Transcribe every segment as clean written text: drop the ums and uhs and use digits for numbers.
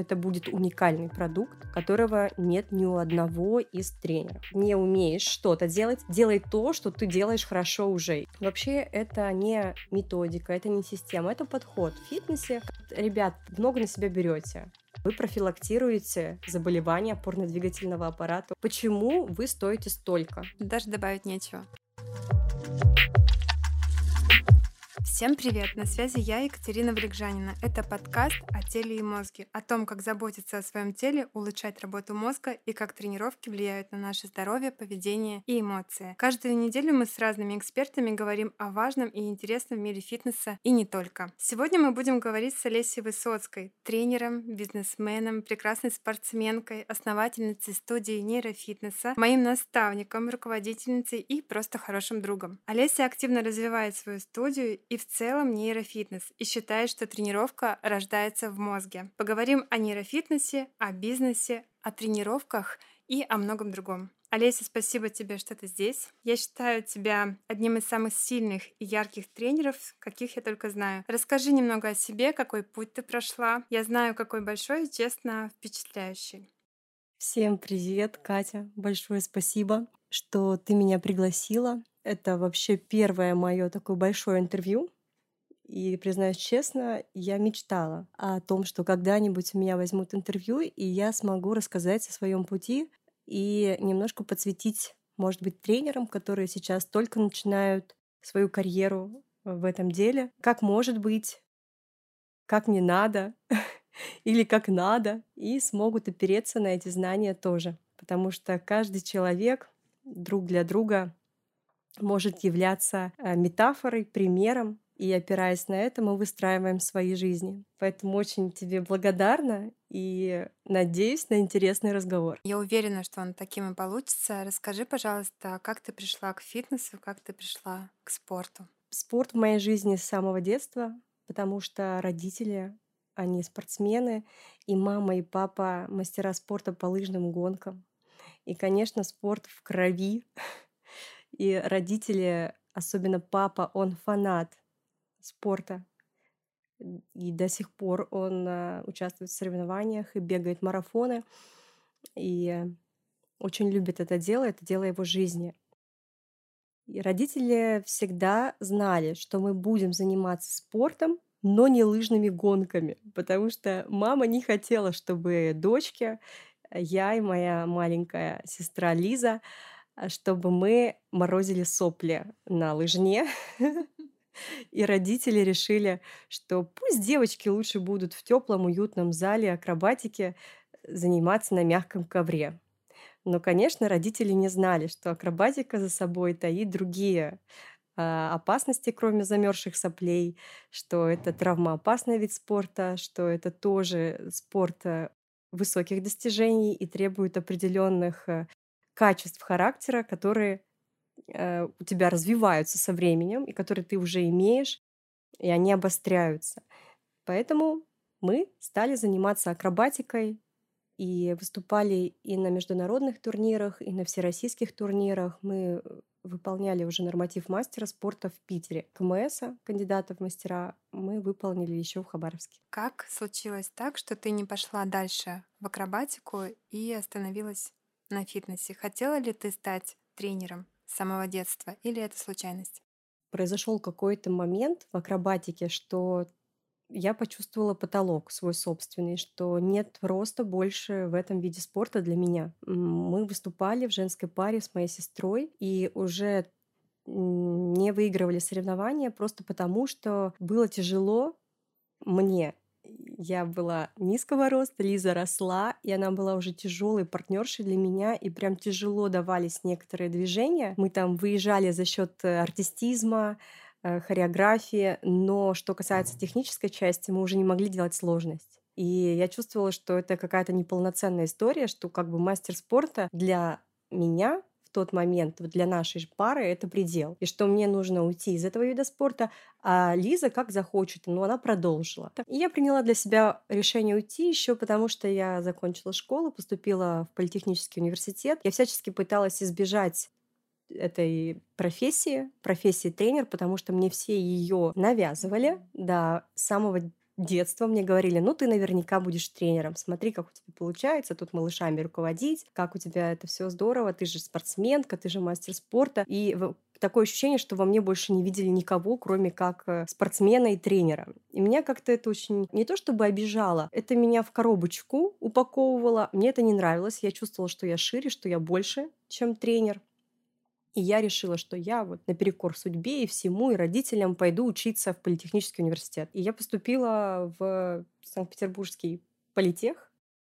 это будет уникальный продукт, которого нет ни у одного из тренеров. Не умеешь что-то делать, делай то, что ты делаешь хорошо уже. Вообще, это не методика, это не система, это подход. В фитнесе, ребят, много на себя берете. Вы профилактируете заболевания опорно-двигательного аппарата. Почему вы стоите столько? Даже добавить нечего. Всем привет! На связи я, Екатерина Валикжанина. Это подкаст о теле и мозге, о том, как заботиться о своем теле, улучшать работу мозга и как тренировки влияют на наше здоровье, поведение и эмоции. Каждую неделю мы с разными экспертами говорим о важном и интересном в мире фитнеса и не только. Сегодня мы будем говорить с Олесей Высоцкой, тренером, бизнесменом, прекрасной спортсменкой, основательницей студии нейрофитнеса, моим наставником, руководительницей и просто хорошим другом. Олеся активно развивает свою студию и в целом нейрофитнес и считает, что тренировка рождается в мозге. Поговорим о нейрофитнесе, о бизнесе, о тренировках и о многом другом. Олеся, спасибо тебе, что ты здесь. Я считаю тебя одним из самых сильных и ярких тренеров, каких я только знаю. Расскажи немного о себе, какой путь ты прошла. Я знаю, какой большой и, честно, впечатляющий. Всем привет, Катя. Большое спасибо, что ты меня пригласила. Это вообще первое мое такое большое интервью. И, признаюсь честно, я мечтала о том, что когда-нибудь у меня возьмут интервью, и я смогу рассказать о своем пути и немножко подсветить, может быть, тренерам, которые сейчас только начинают свою карьеру в этом деле, как может быть, как не надо или как надо, и смогут опереться на эти знания тоже. Потому что каждый человек друг для друга может являться метафорой, примером, и опираясь на это, мы выстраиваем свои жизни. Поэтому очень тебе благодарна и надеюсь на интересный разговор. Я уверена, что он таким и получится. Расскажи, пожалуйста, как ты пришла к фитнесу, как ты пришла к спорту? Спорт в моей жизни с самого детства, потому что родители, они спортсмены, и мама, и папа мастера спорта по лыжным гонкам. И, конечно, спорт в крови. И родители, особенно папа, он фанат спорта. И до сих пор он участвует в соревнованиях и бегает марафоны. И очень любит это дело его жизни. И родители всегда знали, что мы будем заниматься спортом, но не лыжными гонками, потому что мама не хотела, чтобы дочки, я и моя маленькая сестра Лиза, чтобы мы морозили сопли на лыжне. И родители решили, что пусть девочки лучше будут в теплом, уютном зале акробатики заниматься на мягком ковре. Но, конечно, родители не знали, что акробатика за собой таит другие опасности, кроме замерзших соплей, что это травмоопасный вид спорта, что это тоже спорт высоких достижений и требует определенных качеств характера, которые у тебя развиваются со временем и которые ты уже имеешь, и они обостряются. Поэтому мы стали заниматься акробатикой и выступали и на международных турнирах, и на всероссийских турнирах. Мы выполняли уже норматив мастера спорта в Питере. КМСа, кандидата в мастера, мы выполнили еще в Хабаровске. Как случилось так, что ты не пошла дальше в акробатику и остановилась на фитнесе? Хотела ли ты стать тренером с самого детства или это случайность? Произошел какой-то момент в акробатике, что я почувствовала потолок свой собственный, что нет роста больше в этом виде спорта для меня. Мы выступали в женской паре с моей сестрой и уже не выигрывали соревнования просто потому, что было тяжело мне. Я была низкого роста, Лиза росла, и она была уже тяжелой партнершей для меня, и прям тяжело давались некоторые движения. Мы там выезжали за счет артистизма, хореографии, но что касается технической части, мы уже не могли делать сложность. И я чувствовала, что это какая-то неполноценная история, что как бы мастер спорта для меня в тот момент, вот для нашей пары, это предел. И что мне нужно уйти из этого вида спорта, а Лиза как захочет, но она продолжила. И я приняла для себя решение уйти еще, потому что я закончила школу, поступила в политехнический университет. Я всячески пыталась избежать этой профессии тренер, потому что мне все ее навязывали. Да, с самого детства мне говорили: "Ну, ты наверняка будешь тренером. Смотри, как у тебя получается тут малышами руководить, как у тебя это все здорово. Ты же спортсменка, ты же мастер спорта". И такое ощущение, что во мне больше не видели никого, кроме как спортсмена и тренера. И меня как-то это очень не то чтобы обижало, это меня в коробочку упаковывало. Мне это не нравилось. Я чувствовала, что я шире, что я больше, чем тренер. И я решила, что я вот наперекор судьбе и всему, и родителям пойду учиться в политехнический университет. И я поступила в Санкт-Петербургский политех,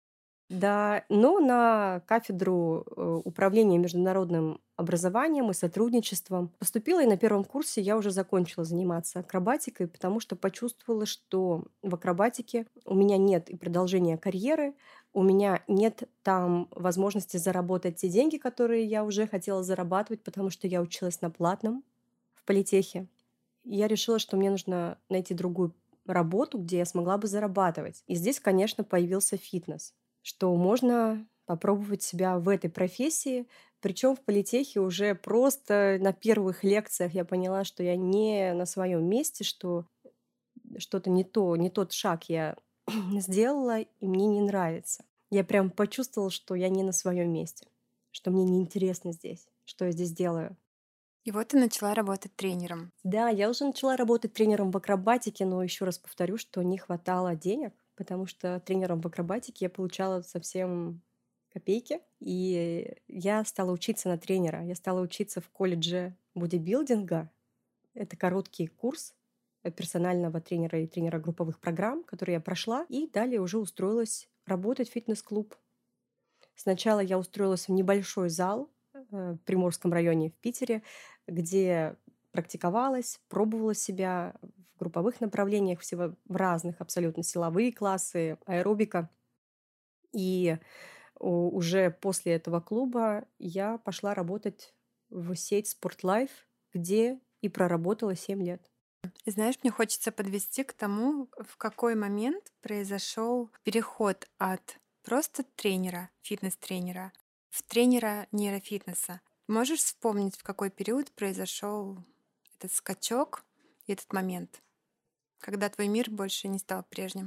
да, но на кафедру управления международным образованием и сотрудничеством. Поступила, и на первом курсе я уже закончила заниматься акробатикой, потому что почувствовала, что в акробатике у меня нет и продолжения карьеры, у меня нет там возможности заработать те деньги, которые я уже хотела зарабатывать, потому что я училась на платном в политехе. И я решила, что мне нужно найти другую работу, где я смогла бы зарабатывать. И здесь, конечно, появился фитнес, что можно попробовать себя в этой профессии. Причем в политехе уже просто на первых лекциях я поняла, что я не на своем месте, что что-то не то, не тот шаг я сделала, и мне не нравится. Я прям почувствовала, что я не на своем месте, что мне неинтересно здесь, что я здесь делаю. И вот ты начала работать тренером. Да, я уже начала работать тренером в акробатике, но еще раз повторю, что не хватало денег, потому что тренером в акробатике я получала совсем копейки, и я стала учиться на тренера. Я стала учиться в колледже бодибилдинга. Это короткий курс персонального тренера и тренера групповых программ, который я прошла, и далее уже устроилась работать в фитнес-клуб. Сначала я устроилась в небольшой зал в Приморском районе в Питере, где практиковалась, пробовала себя в групповых направлениях, всего в разных абсолютно силовые классы, аэробика. И уже после этого клуба я пошла работать в сеть Спортлайф, где и проработала 7 лет. И знаешь, мне хочется подвести к тому, в какой момент произошел переход от просто тренера, фитнес-тренера, в тренера нейрофитнеса. Можешь вспомнить, в какой период произошел этот скачок и этот момент, когда твой мир больше не стал прежним?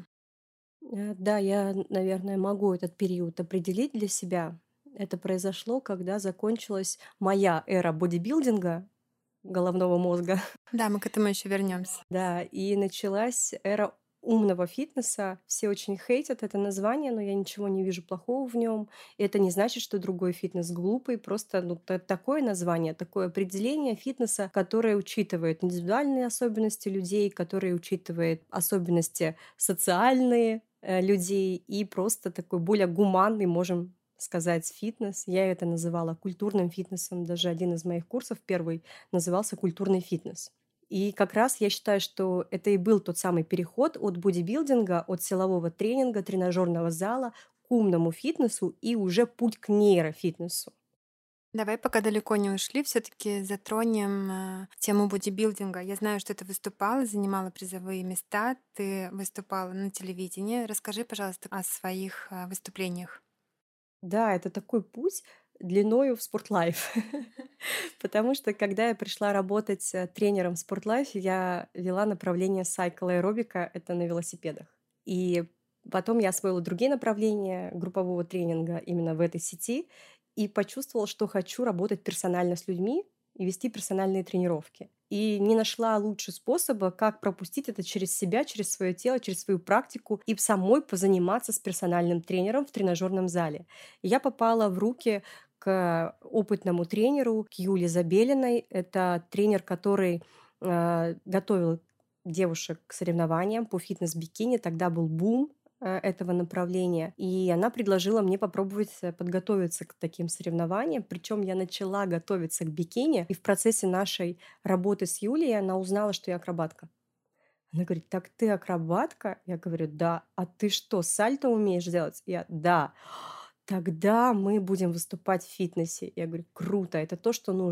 Да, я, наверное, могу этот период определить для себя. Это произошло, когда закончилась моя эра бодибилдинга, головного мозга. Да, мы к этому еще вернемся. Да, и началась эра умного фитнеса. Все очень хейтят это название, но я ничего не вижу плохого в нем. Это не значит, что другой фитнес глупый. Просто такое название, такое определение фитнеса, которое учитывает индивидуальные особенности людей, которое учитывает особенности социальные людей и просто такой более гуманный, можем сказать, фитнес. Я это называла культурным фитнесом. Даже один из моих курсов, первый, назывался «Культурный фитнес». И как раз я считаю, что это и был тот самый переход от бодибилдинга, от силового тренинга, тренажерного зала к умному фитнесу и уже путь к нейрофитнесу. Давай, пока далеко не ушли, все-таки затронем тему бодибилдинга. Я знаю, что ты выступала, занимала призовые места, ты выступала на телевидении. Расскажи, пожалуйста, о своих выступлениях. Да, это такой путь длиною в Спортлайф. Потому что, когда я пришла работать тренером в Спортлайфе, я вела направление сайкл аэробика, это на велосипедах. И потом я освоила другие направления группового тренинга именно в этой сети и почувствовала, что хочу работать персонально с людьми и вести персональные тренировки. И не нашла лучше способа, как пропустить это через себя, через свое тело, через свою практику и самой позаниматься с персональным тренером в тренажерном зале. И я попала в руки к опытному тренеру, к Юле Забелиной. Это тренер, который готовил девушек к соревнованиям по фитнес-бикини. Тогда был бум этого направления. И она предложила мне попробовать подготовиться к таким соревнованиям. Причем я начала готовиться к бикини. И в процессе нашей работы с Юлей она узнала, что я акробатка. Она говорит: так ты акробатка? Я говорю: да. А ты что, сальто умеешь делать? Я: да. Тогда мы будем выступать в фитнесе. Я говорю: круто, это то, что нужно.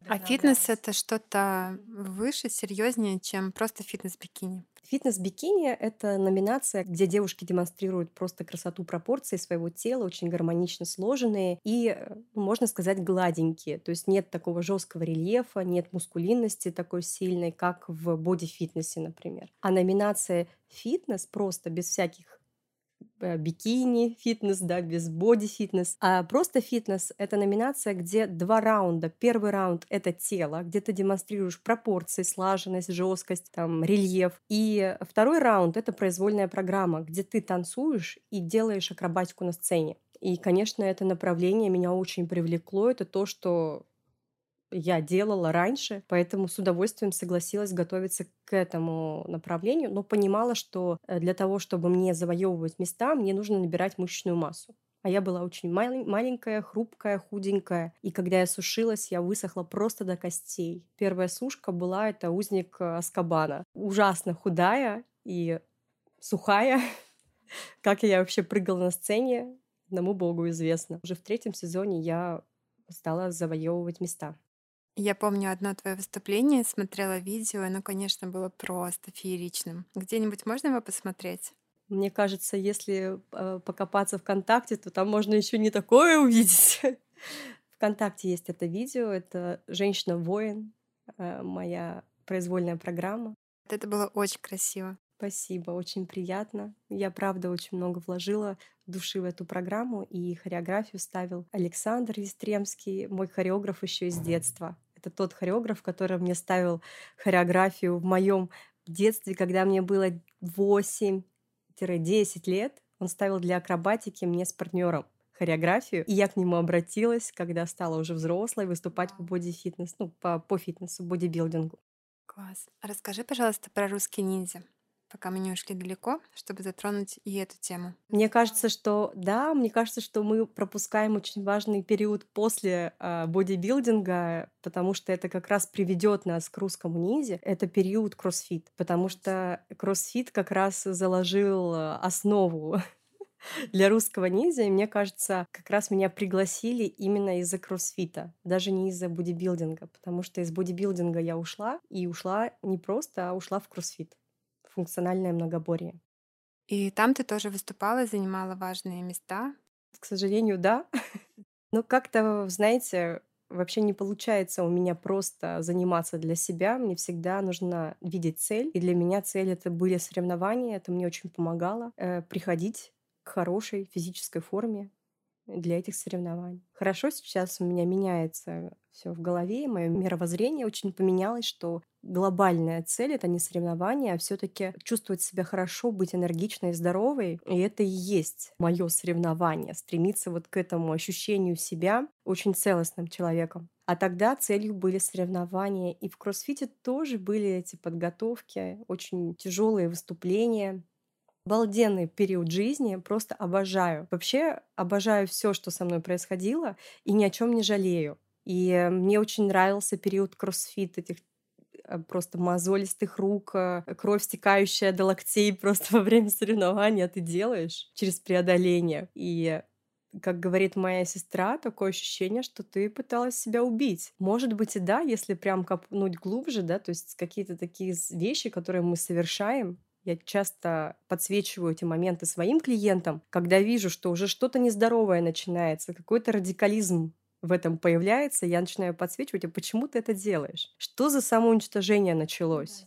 А фитнес это что-то выше, серьезнее, чем просто фитнес-бикини. Фитнес-бикини — это номинация, где девушки демонстрируют просто красоту пропорций своего тела, очень гармонично сложенные и, можно сказать, гладенькие. То есть нет такого жесткого рельефа, нет мускулинности такой сильной, как в боди-фитнесе, например. А номинация «фитнес» просто без всяких бикини фитнес, да, без боди фитнес. А просто фитнес — это номинация, где 2 раунда. Первый раунд — это тело, где ты демонстрируешь пропорции, слаженность, жесткость, там, рельеф. И второй раунд — это произвольная программа, где ты танцуешь и делаешь акробатику на сцене. И, конечно, это направление меня очень привлекло. Это то, что я делала раньше, поэтому с удовольствием согласилась готовиться к этому направлению, но понимала, что для того, чтобы мне завоевывать места, мне нужно набирать мышечную массу. А я была очень маленькая, хрупкая, худенькая. И когда я сушилась, я высохла просто до костей. Первая сушка была — это узник Азкабана. Ужасно худая и сухая. Как я вообще прыгала на сцене, одному богу известно. Уже в 3-м сезоне я стала завоевывать места. Я помню одно твое выступление, смотрела видео, оно, конечно, было просто фееричным. Где-нибудь можно его посмотреть? Мне кажется, если покопаться ВКонтакте, то там можно еще не такое увидеть. ВКонтакте есть это видео, это «Женщина-воин», моя произвольная программа. Это было очень красиво. Спасибо, очень приятно. Я, правда, очень много вложила души в эту программу, и хореографию ставил Александр Истремский, мой хореограф еще из детства. Это тот хореограф, который мне ставил хореографию в моем детстве, когда мне было 8-10 лет. Он ставил для акробатики мне с партнером хореографию, и я к нему обратилась, когда стала уже взрослой, выступать по боди-фитнес, ну, по фитнесу, бодибилдингу. Класс. А расскажи, пожалуйста, про русский ниндзя, пока мы не ушли далеко, чтобы затронуть и эту тему. Мне кажется, что да, мне кажется, что мы пропускаем очень важный период после бодибилдинга, потому что это как раз приведет нас к русскому ниндзя. Это период кроссфит, потому что кроссфит как раз заложил основу для русского ниндзя, и мне кажется, как раз меня пригласили именно из-за кроссфита, даже не из-за бодибилдинга, потому что из бодибилдинга я ушла, и ушла не просто, а ушла в кроссфит, функциональное многоборье. И там ты тоже выступала, занимала важные места. К сожалению, да. Но как-то, знаете, вообще не получается у меня просто заниматься для себя. Мне всегда нужно видеть цель. И для меня цель — это были соревнования. Это мне очень помогало приходить к хорошей физической форме для этих соревнований. Хорошо сейчас у меня меняется все в голове, мое мировоззрение очень поменялось, что глобальная цель — это не соревнование, а все таки чувствовать себя хорошо, быть энергичной и здоровой. И это и есть мое соревнование — стремиться вот к этому ощущению себя очень целостным человеком. А тогда целью были соревнования. И в кроссфите тоже были эти подготовки, очень тяжелые выступления. Обалденный период жизни, просто обожаю. Вообще обожаю все, что со мной происходило, и ни о чем не жалею. И мне очень нравился период кроссфит, этих просто мозолистых рук, кровь, стекающая до локтей просто во время соревнований, а ты делаешь через преодоление. И как говорит моя сестра, такое ощущение, что ты пыталась себя убить. Может быть, и да, если прям копнуть глубже, да, то есть какие-то такие вещи, которые мы совершаем. Я часто подсвечиваю эти моменты своим клиентам, когда вижу, что уже что-то нездоровое начинается, какой-то радикализм в этом появляется, я начинаю подсвечивать, а почему ты это делаешь? Что за самоуничтожение началось?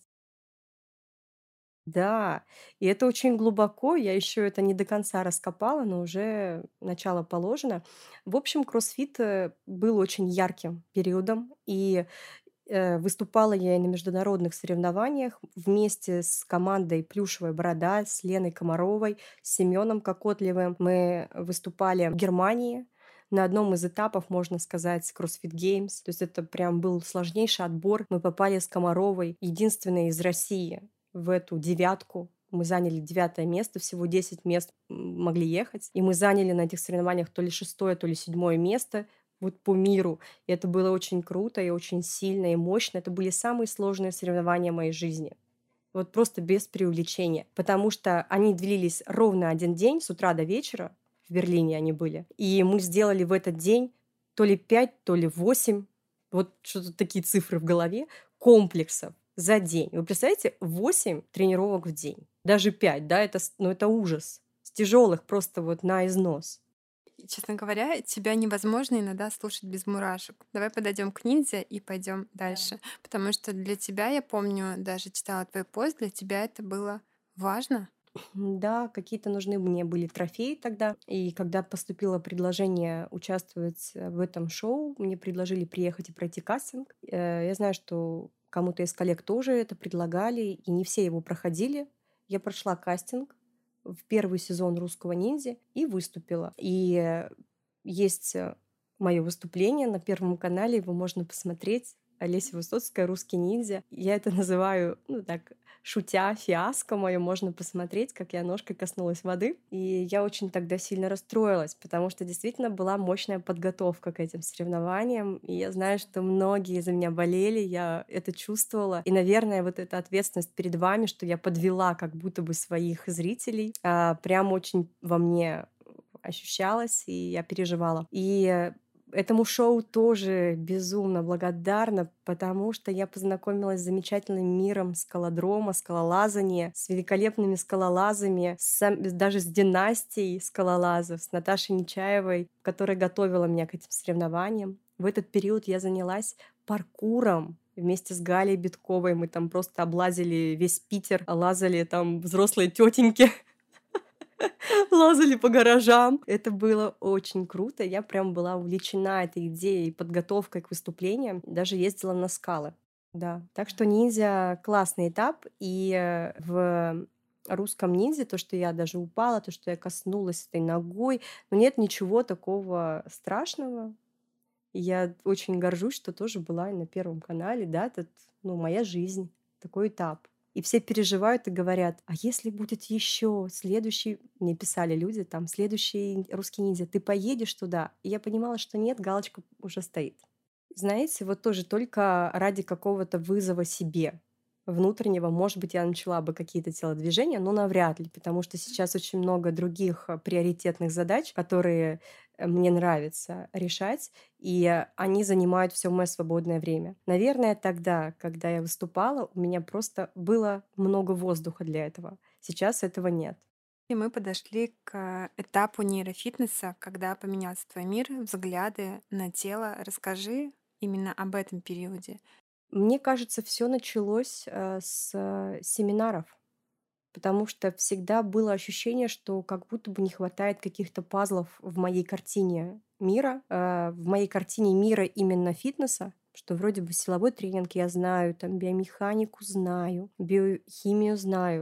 Да, и это очень глубоко. Я еще это не до конца раскопала, но уже начало положено. В общем, кроссфит был очень ярким периодом, и выступала я и на международных соревнованиях вместе с командой «Плюшевая борода», с Леной Комаровой, с Семеном Кокотливым. Мы выступали в Германии на одном из этапов, можно сказать, CrossFit Games. То есть это прям был сложнейший отбор. Мы попали с Комаровой, единственной из России, в эту девятку. Мы заняли 9-е место, всего 10 мест могли ехать. И мы заняли на этих соревнованиях то ли 6-е, то ли 7-е место вот по миру. И это было очень круто и очень сильно и мощно. Это были самые сложные соревнования моей жизни. Вот просто без преувеличения. Потому что они длились ровно один день, с утра до вечера. В Берлине они были. И мы сделали в этот день то ли 5, то ли 8 Вот что-то такие цифры в голове, комплексов за день. Вы представляете, 8 тренировок в день, даже 5, да, ну, это ужас. С тяжелых просто вот на износ. И, честно говоря, тебя невозможно иногда слушать без мурашек. Давай подойдем к ниндзя и пойдем Да. дальше. Потому что для тебя, я помню, даже читала твой пост, для тебя это было важно. Да, какие-то нужны мне были трофеи тогда. И когда поступило предложение участвовать в этом шоу, мне предложили приехать и пройти кастинг. Я знаю, что кому-то из коллег тоже это предлагали, и не все его проходили. Я прошла кастинг в первый сезон «Русского ниндзя» и выступила. И есть мое выступление на Первом канале, его можно посмотреть. Олеся Высоцкая, «Русский ниндзя». Я это называю, ну так, шутя, фиаско мое, можно посмотреть, как я ножкой коснулась воды. И я очень тогда сильно расстроилась, потому что действительно была мощная подготовка к этим соревнованиям. И я знаю, что многие за меня болели, я это чувствовала. И, наверное, вот эта ответственность перед вами, что я подвела как будто бы своих зрителей, прям очень во мне ощущалась, и я переживала. И этому шоу тоже безумно благодарна, потому что я познакомилась с замечательным миром скалодрома, скалолазания, с великолепными скалолазами, даже с династией скалолазов, с Наташей Нечаевой, которая готовила меня к этим соревнованиям. В этот период я занялась паркуром вместе с Галей Битковой. Мы там просто облазили весь Питер, лазали там взрослые тетеньки, лазали по гаражам. Это было очень круто. Я прям была увлечена этой идеей, подготовкой к выступлениям. Даже ездила на скалы. Да. Так что ниндзя — классный этап. И в русском ниндзя то, что я даже упала, то, что я коснулась этой ногой, но нет ничего такого страшного. И я очень горжусь, что тоже была и на Первом канале. Да, это, ну, моя жизнь, такой этап. И все переживают и говорят: а если будет еще следующий, мне писали люди, там, следующий «Русский ниндзя», ты поедешь туда? И я понимала, что нет, галочка уже стоит. Знаете, вот тоже только ради какого-то вызова себе внутреннего, может быть, я начала бы какие-то телодвижения, но навряд ли, потому что сейчас очень много других приоритетных задач, которые мне нравится решать, и они занимают все мое свободное время. Наверное, тогда, когда я выступала, у меня просто было много воздуха для этого. Сейчас этого нет. И мы подошли к этапу нейрофитнеса, когда поменялся твой мир, взгляды на тело. Расскажи именно об этом периоде. Мне кажется, все началось с семинаров. Потому что всегда было ощущение, что как будто бы не хватает каких-то пазлов в моей картине мира, в моей картине мира именно фитнеса, что вроде бы силовой тренинг я знаю, там биомеханику знаю, биохимию знаю,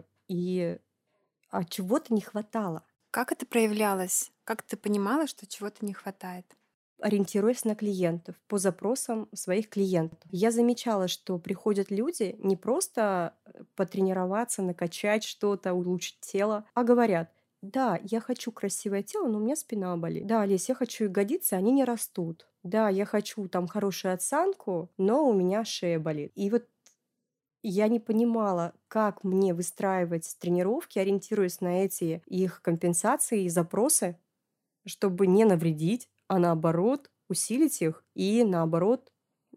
чего-то не хватало. Как это проявлялось? Как ты понимала, что чего-то не хватает? Ориентируясь на клиентов, по запросам своих клиентов. Я замечала, что приходят люди не просто потренироваться, накачать что-то, улучшить тело, а говорят: да, я хочу красивое тело, но у меня спина болит. Да, Лесь, я хочу ягодицы, они не растут. Да, я хочу там хорошую осанку, но у меня шея болит. И вот я не понимала, как мне выстраивать тренировки, ориентируясь на эти их компенсации и запросы, чтобы не навредить, а наоборот усилить их и наоборот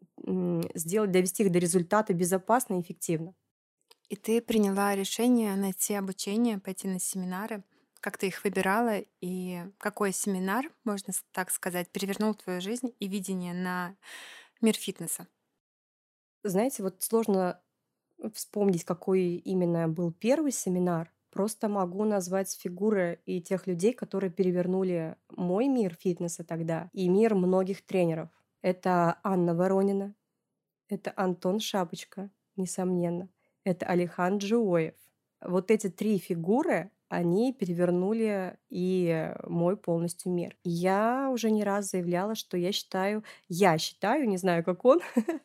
довести их до результата безопасно и эффективно. И ты приняла решение найти обучение, пойти на семинары. Как ты их выбирала и какой семинар, можно так сказать, перевернул твою жизнь и видение на мир фитнеса? Знаете, вот сложно вспомнить, какой именно был первый семинар. Просто могу назвать фигуры и тех людей, которые перевернули мой мир фитнеса тогда и мир многих тренеров. Это Анна Воронина, это Антон Шапочка, несомненно. Это Алихан Джуоев. Вот эти 3 фигуры, они перевернули и мой полностью мир. И я уже не раз заявляла, что я считаю, не знаю, как он,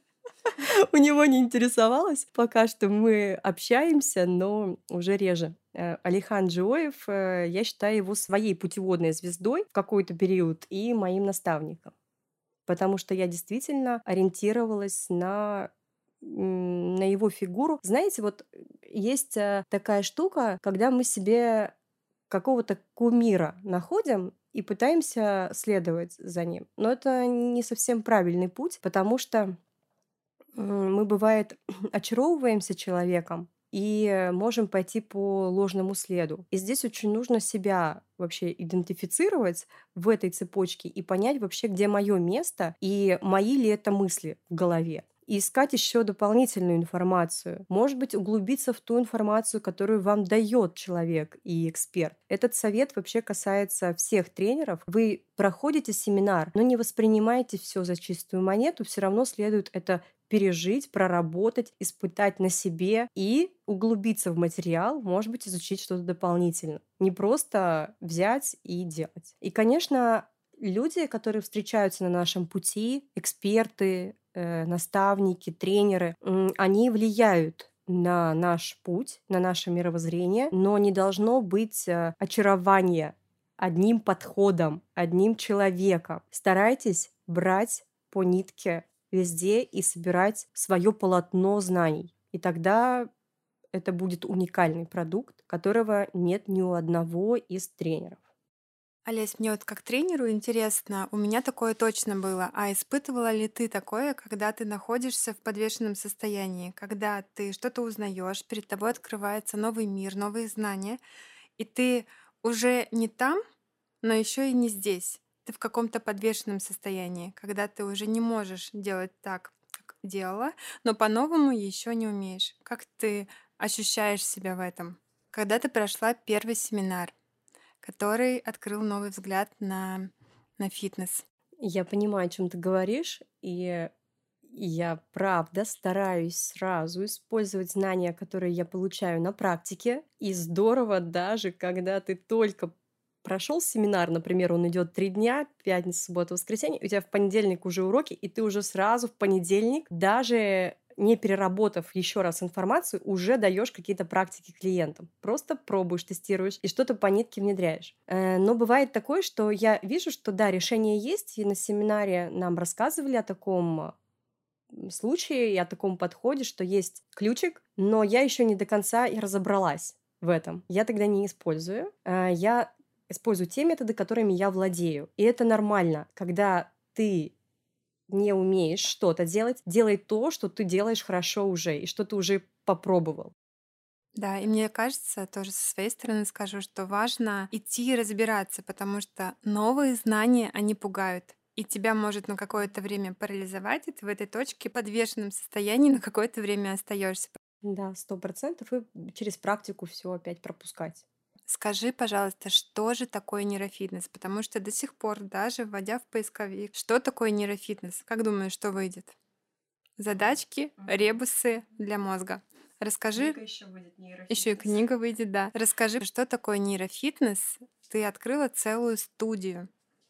у него не интересовалась. Пока что мы общаемся, но уже реже. Алихан Джуоев, я считаю его своей путеводной звездой в какой-то период и моим наставником. Потому что я действительно ориентировалась на его фигуру. Знаете, вот есть такая штука, когда мы себе какого-то кумира находим и пытаемся следовать за ним. Но это не совсем правильный путь, потому что мы, бывает, очаровываемся человеком и можем пойти по ложному следу. И здесь очень нужно себя вообще идентифицировать в этой цепочке и понять вообще, где мое место и мои ли это мысли в голове. И искать еще дополнительную информацию. Может быть, углубиться в ту информацию, которую вам дает человек и эксперт. Этот совет вообще касается всех тренеров. Вы проходите семинар, но не воспринимаете все за чистую монету, все равно следует это пережить, проработать, испытать на себе и углубиться в материал, может быть, изучить что-то дополнительно. Не просто взять и делать. И, конечно, люди, которые встречаются на нашем пути, эксперты, наставники, тренеры, они влияют на наш путь, на наше мировоззрение, но не должно быть очарования одним подходом, одним человеком. Старайтесь брать по нитке везде и собирать свое полотно знаний. И тогда это будет уникальный продукт, которого нет ни у одного из тренеров. Олесь, мне вот как тренеру интересно, у меня такое точно было. А испытывала ли ты такое, когда ты находишься в подвешенном состоянии, когда ты что-то узнаешь, перед тобой открывается новый мир, новые знания, и ты уже не там, но еще и не здесь. Ты в каком-то подвешенном состоянии, когда ты уже не можешь делать так, как делала, но по-новому еще не умеешь. Как ты ощущаешь себя в этом? Когда ты прошла первый семинар, который открыл новый взгляд на фитнес. Я понимаю, о чем ты говоришь, и я правда стараюсь сразу использовать знания, которые я получаю на практике. И здорово даже, когда ты только прошел семинар, например, он идет 3 дня, пятница, суббота, воскресенье, у тебя в понедельник уже уроки, и ты уже сразу в понедельник, даже не переработав еще раз информацию, уже даешь какие-то практики клиентам. Просто пробуешь, тестируешь и что-то по нитке внедряешь. Но бывает такое, что я вижу, что да, решение есть, и на семинаре нам рассказывали о таком случае и о таком подходе, что есть ключик, но я еще не до конца и разобралась в этом. Я тогда не использую. Я использую те методы, которыми я владею. И это нормально, когда ты не умеешь что-то делать, делай то, что ты делаешь хорошо уже, и что ты уже попробовал. Да, и мне кажется, тоже со своей стороны скажу, что важно идти и разбираться, потому что новые знания, они пугают. И тебя может на какое-то время парализовать, и ты в этой точке подвешенном состоянии на какое-то время остаешься. Да, 100%, и через практику все опять пропускать. Скажи, пожалуйста, что же такое нейрофитнес? Потому что до сих пор, даже вводя в поисковик, что такое нейрофитнес? Как думаешь, что выйдет? Задачки, ребусы для мозга. Расскажи, еще будет еще и книга выйдет, да. Расскажи, что такое нейрофитнес? Ты открыла целую студию.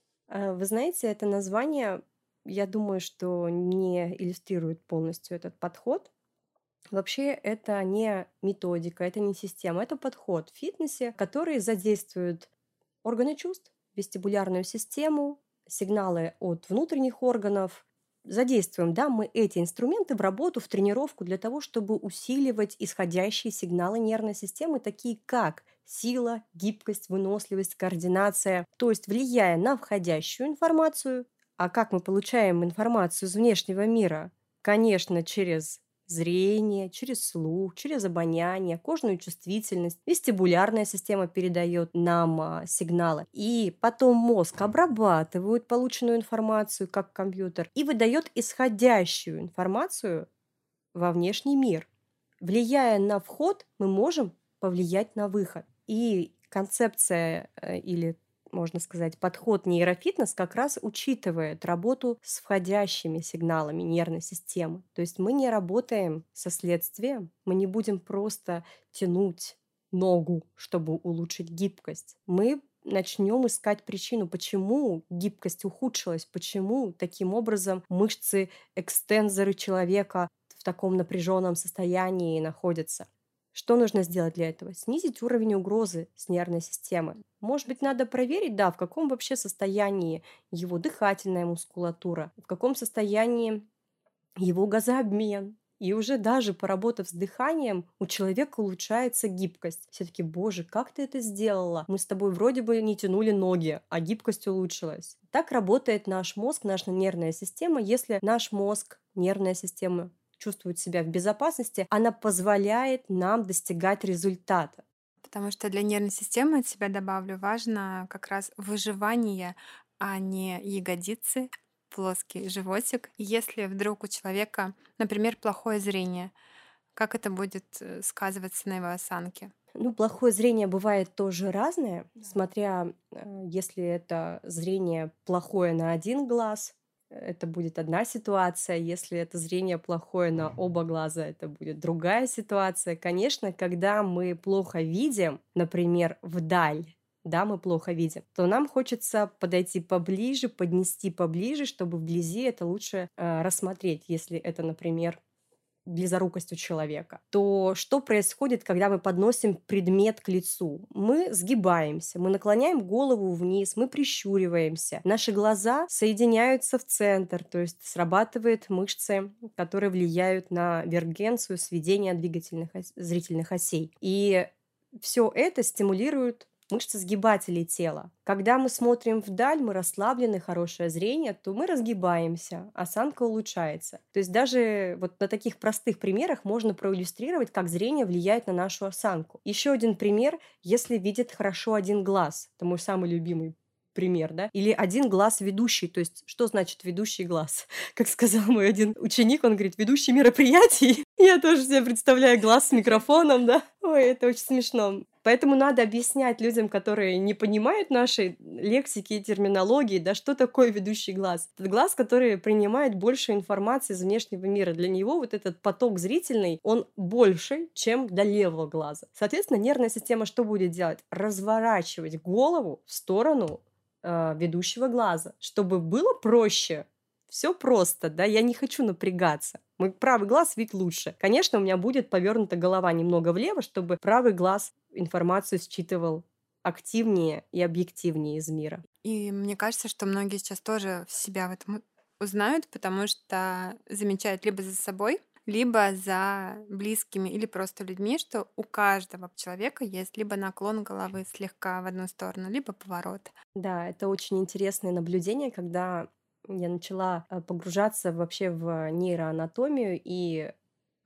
Вы знаете, это название, я думаю, что не иллюстрирует полностью этот подход. Вообще это не методика, это не система, это подход в фитнесе, который задействует органы чувств, вестибулярную систему, сигналы от внутренних органов. Задействуем, да, мы эти инструменты в работу, в тренировку для того, чтобы усиливать исходящие сигналы нервной системы, такие как сила, гибкость, выносливость, координация. То есть, влияя на входящую информацию, а как мы получаем информацию из внешнего мира? Конечно, через зрение, через слух, через обоняние, кожную чувствительность. Вестибулярная система передает нам сигналы. И потом мозг обрабатывает полученную информацию как компьютер и выдает исходящую информацию во внешний мир. Влияя на вход, мы можем повлиять на выход. И концепция или можно сказать, подход нейрофитнес как раз учитывает работу с входящими сигналами нервной системы. То есть мы не работаем со следствием, мы не будем просто тянуть ногу, чтобы улучшить гибкость. Мы начнем искать причину, почему гибкость ухудшилась, почему таким образом мышцы, экстензоры человека в таком напряженном состоянии находятся. Что нужно сделать для этого? Снизить уровень угрозы с нервной системы. Может быть, надо проверить, да, в каком вообще состоянии его дыхательная мускулатура, в каком состоянии его газообмен И уже даже поработав с дыханием, у человека улучшается гибкость. Все таки: "Боже, как ты это сделала? Мы с тобой вроде бы не тянули ноги, а гибкость улучшилась". Так работает наш мозг, наша нервная система. Если наш мозг, нервная система чувствует себя в безопасности, она позволяет нам достигать результата. Потому что для нервной системы, от себя добавлю, важно как раз выживание, а не ягодицы, плоский животик. И если вдруг у человека, например, плохое зрение, как это будет сказываться на его осанке? Ну, плохое зрение бывает тоже разное, Да. смотря, если это зрение плохое на один глаз, это будет одна ситуация, если это зрение плохое на оба глаза, это будет другая ситуация. Конечно, когда мы плохо видим, например, вдаль, да, мы плохо видим, то нам хочется подойти поближе, поднести поближе, чтобы вблизи это лучше рассмотреть, если это, например, близорукость у человека, то что происходит, когда мы подносим предмет к лицу? Мы сгибаемся, мы наклоняем голову вниз, мы прищуриваемся. Наши глаза соединяются в центр, то есть срабатывают мышцы, которые влияют на вергенцию, сведение зрительных осей. И все это стимулирует мышцы сгибателей тела. Когда мы смотрим вдаль, мы расслаблены, хорошее зрение, то мы разгибаемся, осанка улучшается. То есть даже вот на таких простых примерах можно проиллюстрировать, как зрение влияет на нашу осанку. Еще один пример, если видит хорошо один глаз, это мой самый любимый пример, да, или один глаз ведущий, то есть что значит ведущий глаз? Как сказал мой один ученик, он говорит, ведущий мероприятий. Я тоже себе представляю глаз с микрофоном, да. Ой, это очень смешно. Поэтому надо объяснять людям, которые не понимают нашей лексики и терминологии, да, что такое ведущий глаз. Это глаз, который принимает больше информации из внешнего мира. Для него вот этот поток зрительный, он больше, чем для левого глаза. Соответственно, нервная система что будет делать? Разворачивать голову в сторону ведущего глаза, чтобы было проще. Все просто, да, я не хочу напрягаться. Мой правый глаз видит лучше. Конечно, у меня будет повернута голова немного влево, чтобы правый глаз информацию считывал активнее и объективнее из мира. И мне кажется, что многие сейчас тоже себя в этом узнают, потому что замечают либо за собой, либо за близкими или просто людьми, что у каждого человека есть либо наклон головы слегка в одну сторону, либо поворот. Да, это очень интересное наблюдение, когда я начала погружаться вообще в нейроанатомию и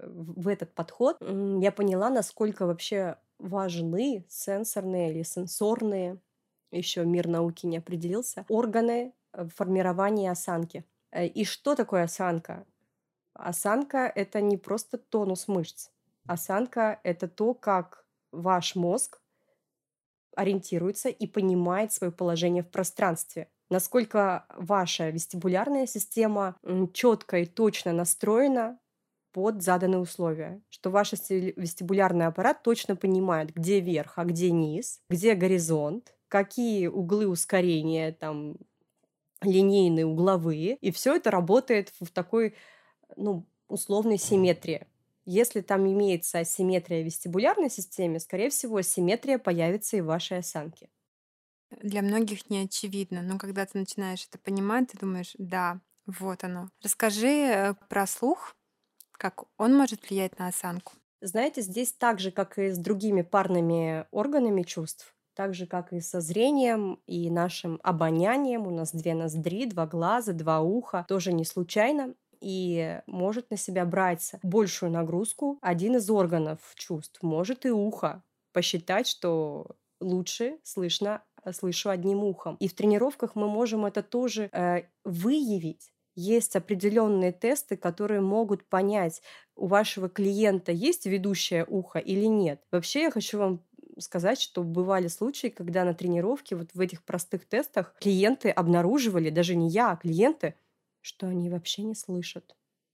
в этот подход, я поняла, насколько вообще важны сенсорные или сенсорные, еще мир науки не определился, органы в формировании осанки. И что такое осанка? Осанка — это не просто тонус мышц. Осанка — это то, как ваш мозг ориентируется и понимает свое положение в пространстве. Насколько ваша вестибулярная система четко и точно настроена под заданные условия, что ваш вестибулярный аппарат точно понимает, где верх, а где низ, где горизонт, какие углы ускорения, там, линейные, угловые, и все это работает в такой, ну, условной симметрии. Если там имеется асимметрия в вестибулярной системе, скорее всего, асимметрия появится и в вашей осанке. Для многих не очевидно, но когда ты начинаешь это понимать, ты думаешь, да, вот оно. Расскажи про слух, как он может влиять на осанку. Знаете, здесь так же, как и с другими парными органами чувств, так же, как и со зрением и нашим обонянием, у нас 2 ноздри, 2 глаза, 2 уха, тоже не случайно, и может на себя брать большую нагрузку один из органов чувств, может и ухо, посчитать, что лучше слышу одним ухом. И в тренировках мы можем это тоже выявить. Есть определенные тесты, которые могут понять, у вашего клиента есть ведущее ухо или нет. Вообще я хочу вам сказать, что бывали случаи, когда на тренировке, вот в этих простых тестах, клиенты обнаруживали, даже не я, а клиенты, что они вообще не слышат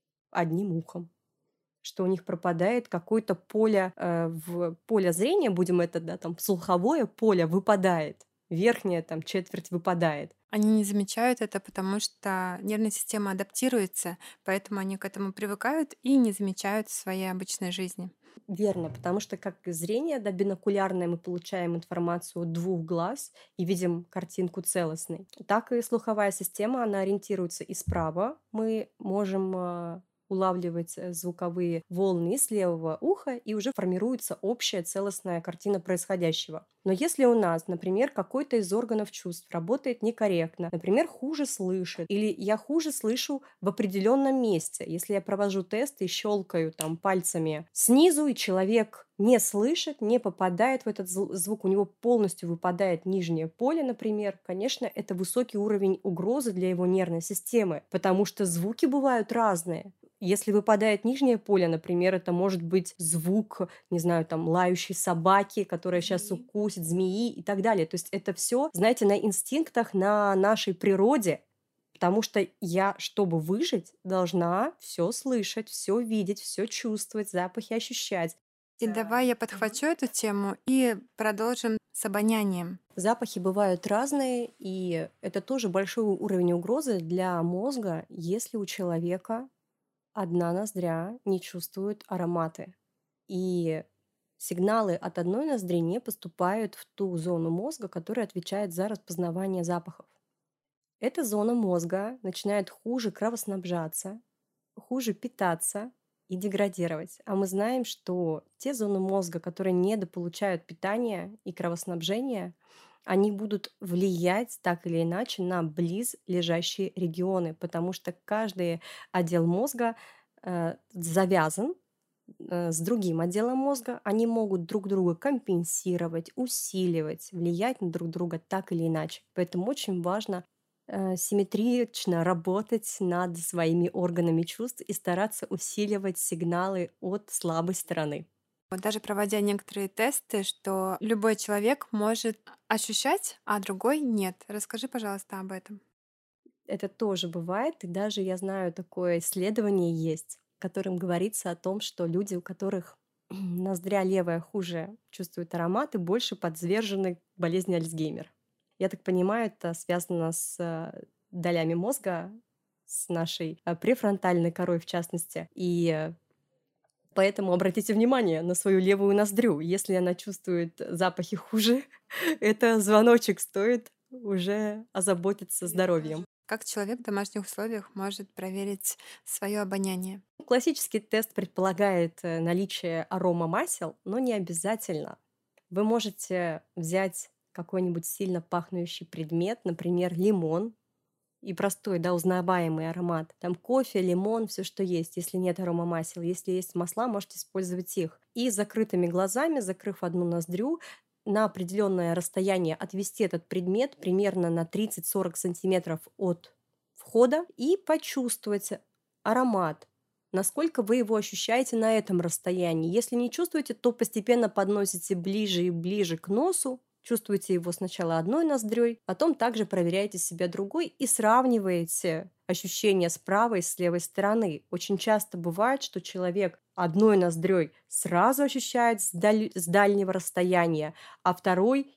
одним ухом, что у них пропадает какое-то поле, в поле зрения, будем это, да, там, слуховое поле выпадает, верхняя там четверть выпадает. Они не замечают это, потому что нервная система адаптируется, поэтому они к этому привыкают и не замечают в своей обычной жизни. Верно, потому что как и зрение, да, бинокулярное, мы получаем информацию от 2 глаз и видим картинку целостной, так и слуховая система, она ориентируется и справа. Мы можем улавливать звуковые волны из левого уха, и уже формируется общая целостная картина происходящего. Но если у нас, например, какой-то из органов чувств работает некорректно, например, хуже слышит, или я хуже слышу в определенном месте, если я провожу тест и щелкаю там пальцами снизу, и человек не слышит, не попадает в этот звук, у него полностью выпадает нижнее поле, например, конечно, это высокий уровень угрозы для его нервной системы, потому что звуки бывают разные. Если выпадает нижнее поле, например, это может быть звук, не знаю, там, лающей собаки, которая сейчас укусит, змеи и так далее. То есть это все, знаете, на инстинктах, на нашей природе, потому что я, чтобы выжить, должна все слышать, все видеть, все чувствовать, запахи ощущать. И давай я подхвачу эту тему и продолжим с обонянием. Запахи бывают разные, и это тоже большой уровень угрозы для мозга, если у человека одна ноздря не чувствует ароматы. И сигналы от одной ноздри не поступают в ту зону мозга, которая отвечает за распознавание запахов. Эта зона мозга начинает хуже кровоснабжаться, хуже питаться и деградировать. А мы знаем, что те зоны мозга, которые недополучают питания и кровоснабжения, они будут влиять так или иначе на близлежащие регионы, потому что каждый отдел мозга завязан с другим отделом мозга, они могут друг друга компенсировать, усиливать, влиять на друг друга так или иначе. Поэтому очень важно симметрично работать над своими органами чувств и стараться усиливать сигналы от слабой стороны. Вот даже проводя некоторые тесты, что любой человек может ощущать, а другой нет. Расскажи, пожалуйста, об этом. Это тоже бывает, и даже я знаю, такое исследование есть, в котором говорится о том, что люди, у которых ноздря левая хуже чувствует ароматы, больше подвержены болезни Альцгеймер. Я так понимаю, это связано с долями мозга, с нашей префронтальной корой в частности. И поэтому обратите внимание на свою левую ноздрю. Если она чувствует запахи хуже, это звоночек, стоит уже озаботиться здоровьем. Как человек в домашних условиях может проверить свое обоняние? Классический тест предполагает наличие аромамасел, но не обязательно. Вы можете взять какой-нибудь сильно пахнущий предмет, например, лимон, и простой, да, узнаваемый аромат. Там кофе, лимон, все, что есть, если нет аромамасел. Если есть масла, можете использовать их. И с закрытыми глазами, закрыв одну ноздрю, на определенное расстояние отвести этот предмет примерно на 30-40 сантиметров от входа и почувствовать аромат. Насколько вы его ощущаете на этом расстоянии. Если не чувствуете, то постепенно подносите ближе и ближе к носу, чувствуете его сначала одной ноздрёй, потом также проверяете себя другой и сравниваете ощущения с правой и с левой стороны. Очень часто бывает, что человек одной ноздрёй сразу ощущает с дальнего расстояния, а второй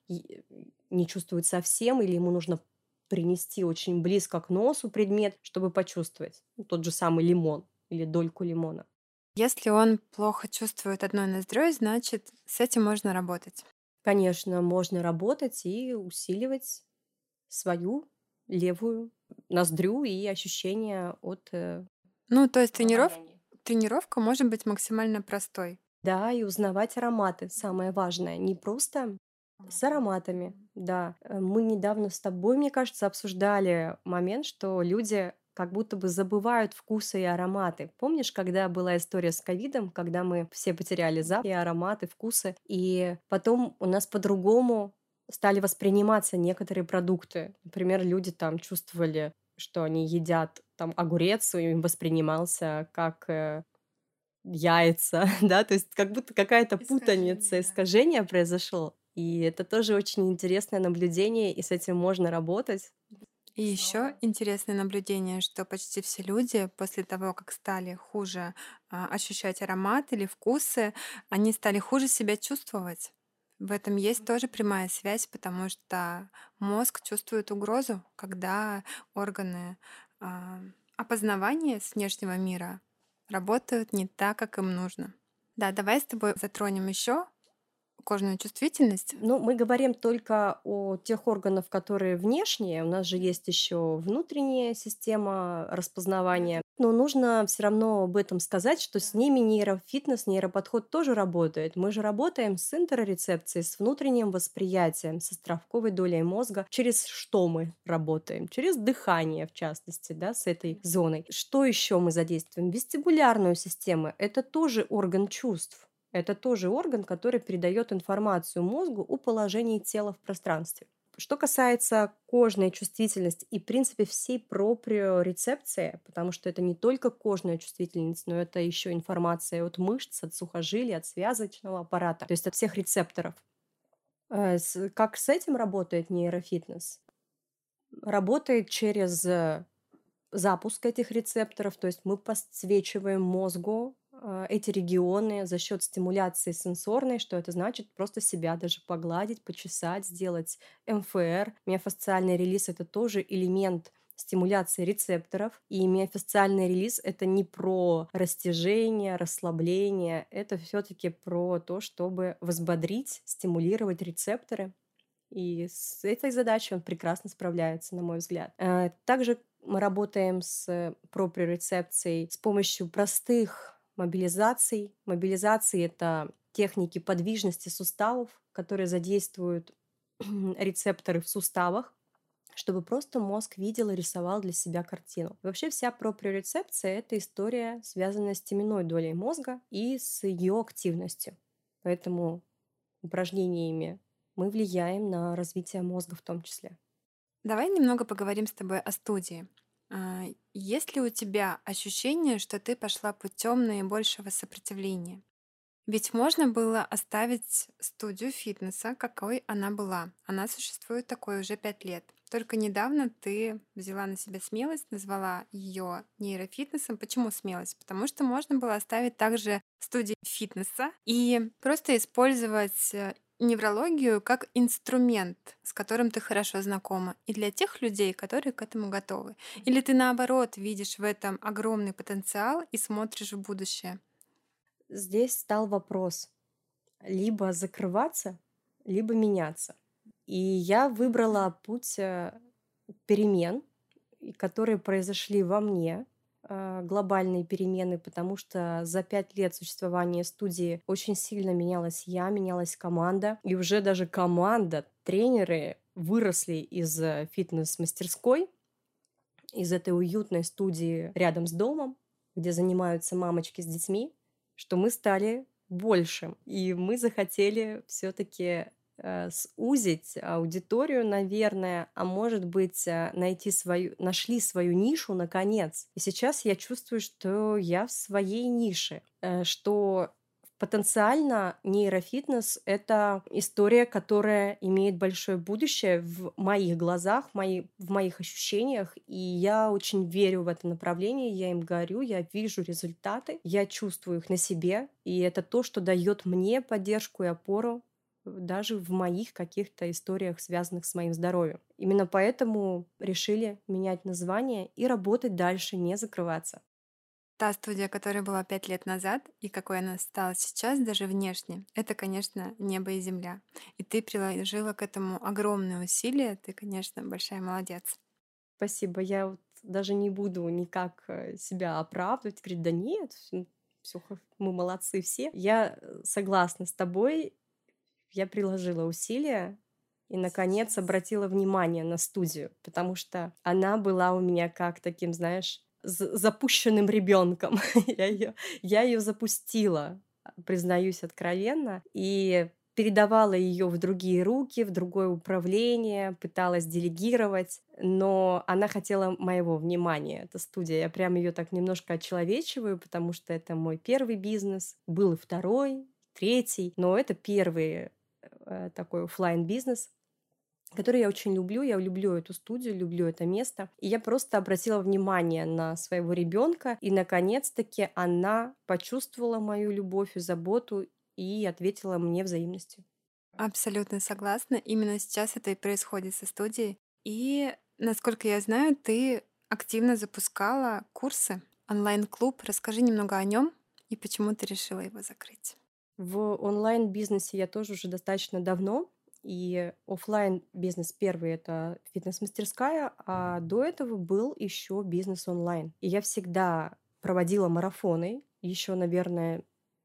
не чувствует совсем, или ему нужно принести очень близко к носу предмет, чтобы почувствовать. Тот же самый лимон или дольку лимона. Если он плохо чувствует одной ноздрёй, значит, с этим можно работать. Конечно, можно работать и усиливать свою левую ноздрю и ощущения от Ну, то есть обоняния. тренировка может быть максимально простой. Да, и узнавать ароматы, самое важное. Не просто с ароматами, да. Мы недавно с тобой, мне кажется, обсуждали момент, что люди как будто бы забывают вкусы и ароматы. Помнишь, когда была история с ковидом, когда мы все потеряли запахи, ароматы, вкусы, и потом у нас по-другому стали восприниматься некоторые продукты. Например, люди там чувствовали, что они едят там огурец, и им воспринимался как яйца, да, то есть как будто какая-то путаница, искажение произошло. И это тоже очень интересное наблюдение, и с этим можно работать. И еще интересное наблюдение, что почти все люди после того, как стали хуже ощущать аромат или вкусы, они стали хуже себя чувствовать. В этом есть тоже прямая связь, потому что мозг чувствует угрозу, когда органы а, опознавания с внешнего мира работают не так, как им нужно. Да, давай с тобой затронем еще кожную чувствительность? Ну, мы говорим только о тех органах, которые внешние. У нас же есть еще внутренняя система распознавания. Но нужно все равно об этом сказать, что с ними нейрофитнес, нейроподход тоже работает. Мы же работаем с интерорецепцией, с внутренним восприятием, со островковой долей мозга. Через что мы работаем? Через дыхание, в частности, да, с этой зоной. Что еще мы задействуем? Вестибулярную систему. Это тоже орган чувств. Это тоже орган, который передает информацию мозгу о положении тела в пространстве. Что касается кожной чувствительности и, в принципе, всей проприорецепции, потому что это не только кожная чувствительность, но это еще информация от мышц, от сухожилий, от связочного аппарата, то есть от всех рецепторов. Как с этим работает нейрофитнес? Работает через запуск этих рецепторов, то есть мы подсвечиваем мозгу эти регионы за счет стимуляции сенсорной. Что это значит? Просто себя даже погладить, почесать, сделать МФР. Миофасциальный релиз — это тоже элемент стимуляции рецепторов. И миофасциальный релиз — это не про растяжение, расслабление, это все-таки про то, чтобы взбодрить, стимулировать рецепторы. И с этой задачей он прекрасно справляется, на мой взгляд. Также мы работаем с проприорецепцией с помощью простых мобилизаций. Мобилизации — это техники подвижности суставов, которые задействуют рецепторы в суставах, чтобы просто мозг видел и рисовал для себя картину. Вообще вся проприорецепция — это история, связанная с теменной долей мозга и с ее активностью. Поэтому упражнениями мы влияем на развитие мозга в том числе. Давай немного поговорим с тобой о студии. Есть ли у тебя ощущение, что ты пошла путем наибольшего сопротивления? Ведь можно было оставить студию фитнеса, какой она была. Она существует такой уже 5 лет. Только недавно ты взяла на себя смелость, назвала ее нейрофитнесом. Почему смелость? Потому что можно было оставить также студию фитнеса и просто использовать неврологию как инструмент, с которым ты хорошо знакома, и для тех людей, которые к этому готовы. Или ты наоборот видишь в этом огромный потенциал и смотришь в будущее. Здесь стал вопрос: либо закрываться, либо меняться. И я выбрала путь перемен, которые произошли во мне, глобальные перемены, потому что за 5 лет существования студии очень сильно менялась я, менялась команда. И уже даже команда, тренеры выросли из фитнес-мастерской, из этой уютной студии рядом с домом, где занимаются мамочки с детьми, что мы стали большим. И мы захотели все-таки сузить аудиторию, наверное, а может быть, нашли свою нишу наконец. И сейчас я чувствую, что я в своей нише, что потенциально нейрофитнес — это история, которая имеет большое будущее в моих глазах, в моих ощущениях, и я очень верю в это направление, я им горю, я вижу результаты, я чувствую их на себе, и это то, что дает мне поддержку и опору даже в моих каких-то историях, связанных с моим здоровьем. Именно поэтому решили менять название и работать дальше, не закрываться. Та студия, которая была 5 лет назад, и какой она стала сейчас, даже внешне, это, конечно, небо и земля. И ты приложила к этому огромные усилия. Ты, конечно, большая молодец. Спасибо. Я вот даже не буду никак себя оправдывать, говорить: да нет, все, мы молодцы все. Я согласна с тобой. Я приложила усилия и, наконец, обратила внимание на студию, потому что она была у меня как таким, знаешь, запущенным ребенком. Я ее запустила, признаюсь откровенно, и передавала ее в другие руки, в другое управление, пыталась делегировать, но она хотела моего внимания, эта студия. Я прям ее так немножко очеловечиваю, потому что это мой первый бизнес. Был и второй, третий, но это первый такой оффлайн бизнес, который я очень люблю. Я люблю эту студию, люблю это место. И я просто обратила внимание на своего ребенка, и наконец-таки она почувствовала мою любовь и заботу и ответила мне взаимностью. Абсолютно согласна. Именно сейчас это и происходит со студией. И, насколько я знаю, ты активно запускала курсы, онлайн-клуб. Расскажи немного о нем и почему ты решила его закрыть. В онлайн-бизнесе я тоже уже достаточно давно, и оффлайн бизнес первый — это фитнес-мастерская, а до этого был еще бизнес онлайн. И я всегда проводила марафоны. Еще, наверное,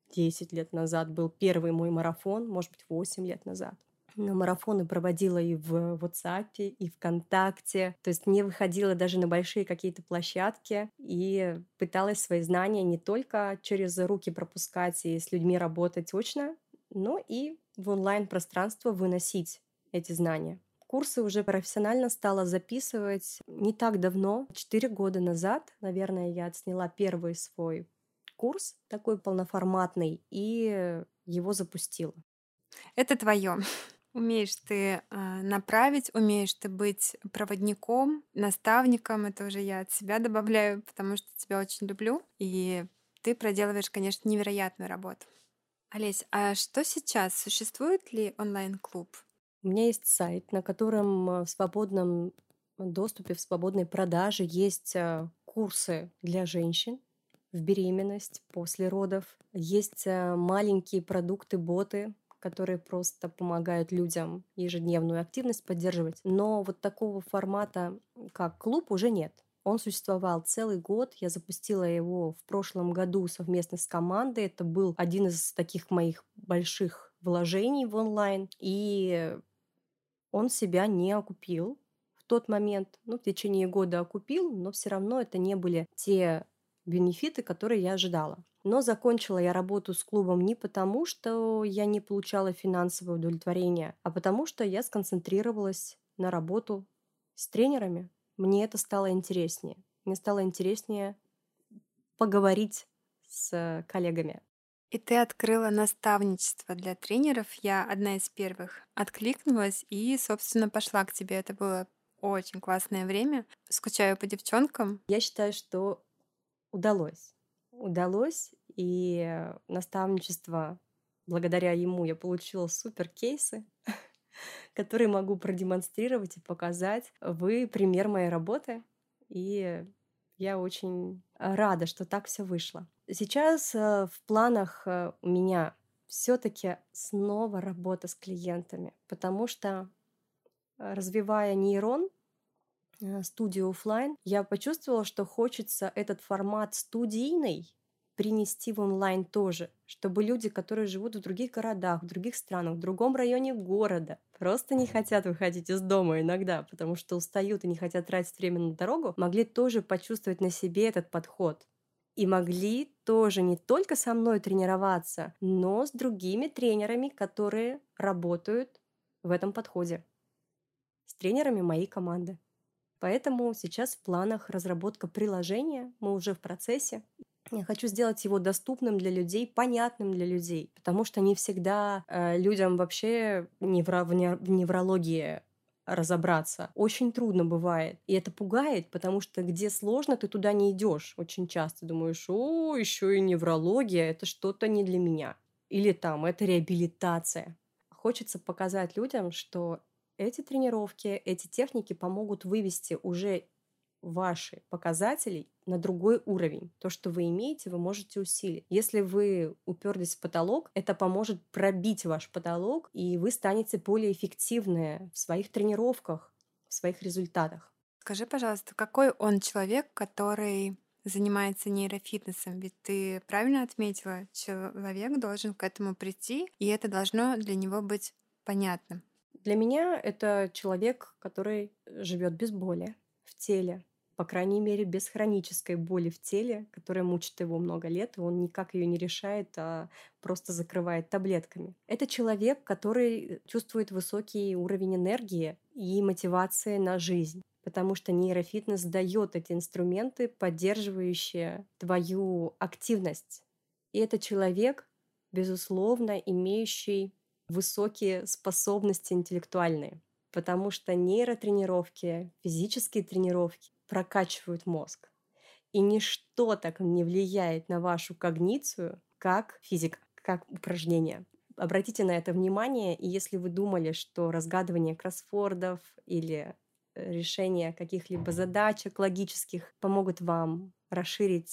10 лет назад был первый мой марафон, может быть, 8 лет назад. Но марафоны проводила и в "Ватсапе", и "ВКонтакте". То есть не выходила даже на большие какие-то площадки и пыталась свои знания не только через руки пропускать и с людьми работать очно, но и в онлайн-пространство выносить эти знания. Курсы уже профессионально стала записывать не так давно, 4 года назад, наверное, я отсняла первый свой курс, такой полноформатный, и его запустила. Это твое. Умеешь ты направить, умеешь ты быть проводником, наставником. Это уже я от себя добавляю, потому что тебя очень люблю. И ты проделываешь, конечно, невероятную работу. Олесь, а что сейчас? Существует ли онлайн-клуб? У меня есть сайт, на котором в свободном доступе, в свободной продаже есть курсы для женщин в беременность, после родов. Есть маленькие продукты-боты, которые просто помогают людям ежедневную активность поддерживать. Но вот такого формата, как клуб, уже нет. Он существовал целый год. Я запустила его в прошлом году совместно с командой. Это был один из таких моих больших вложений в онлайн. И он себя не окупил в тот момент. Ну, в течение года окупил, но все равно это не были те бенефиты, которые я ожидала. Но закончила я работу с клубом не потому, что я не получала финансовое удовлетворение, а потому что я сконцентрировалась на работу с тренерами. Мне это стало интереснее. Мне стало интереснее поговорить с коллегами. И ты открыла наставничество для тренеров. Я одна из первых откликнулась и, собственно, пошла к тебе. Это было очень классное время. Скучаю по девчонкам. Я считаю, что удалось. Удалось, и наставничество, благодаря ему я получила супер кейсы, которые могу продемонстрировать и показать. Вы пример моей работы, и я очень рада, что так все вышло. Сейчас в планах у меня все-таки снова работа с клиентами, потому что развивая нейрон, студию оффлайн, я почувствовала, что хочется этот формат студийный принести в онлайн тоже, чтобы люди, которые живут в других городах, в других странах, в другом районе города, просто не хотят выходить из дома иногда, потому что устают и не хотят тратить время на дорогу, могли тоже почувствовать на себе этот подход. И могли тоже не только со мной тренироваться, но с другими тренерами, которые работают в этом подходе, с тренерами моей команды. Поэтому сейчас в планах разработка приложения, мы уже в процессе. Я хочу сделать его доступным для людей, понятным для людей, потому что не всегда людям вообще в неврологии разобраться. Очень трудно бывает. И это пугает, потому что где сложно, ты туда не идешь. Очень часто думаешь, о, еще и неврология, это что-то не для меня. Или там, это реабилитация. Хочется показать людям, что эти тренировки, эти техники помогут вывести уже ваши показатели на другой уровень. То, что вы имеете, вы можете усилить. Если вы уперлись в потолок, это поможет пробить ваш потолок, и вы станете более эффективны в своих тренировках, в своих результатах. Скажи, пожалуйста, какой он человек, который занимается нейрофитнесом? Ведь ты правильно отметила, человек должен к этому прийти, и это должно для него быть понятным. Для меня это человек, который живет без боли в теле, по крайней мере, без хронической боли в теле, которая мучит его много лет, и он никак ее не решает, а просто закрывает таблетками. Это человек, который чувствует высокий уровень энергии и мотивации на жизнь, потому что нейрофитнес дает эти инструменты, поддерживающие твою активность. И это человек, безусловно, имеющий высокие способности интеллектуальные, потому что нейротренировки, физические тренировки прокачивают мозг. И ничто так не влияет на вашу когницию, как физика, как упражнения. Обратите на это внимание, и если вы думали, что разгадывание кроссвордов или решение каких-либо задачек логических помогут вам расширить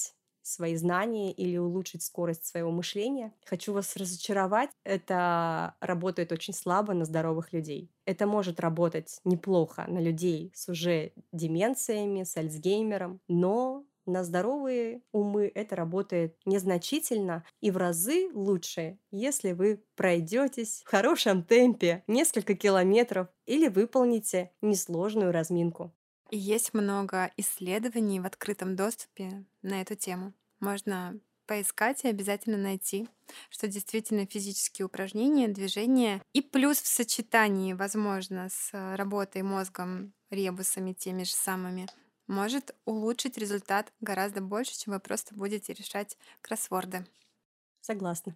свои знания или улучшить скорость своего мышления. Хочу вас разочаровать, это работает очень слабо на здоровых людей. Это может работать неплохо на людей с уже деменциями, с Альцгеймером, но на здоровые умы это работает незначительно и в разы лучше, если вы пройдетесь в хорошем темпе несколько километров или выполните несложную разминку. И есть много исследований в открытом доступе на эту тему. Можно поискать и обязательно найти, что действительно физические упражнения, движения и плюс в сочетании, возможно, с работой мозгом, ребусами теми же самыми, может улучшить результат гораздо больше, чем вы просто будете решать кроссворды. Согласна.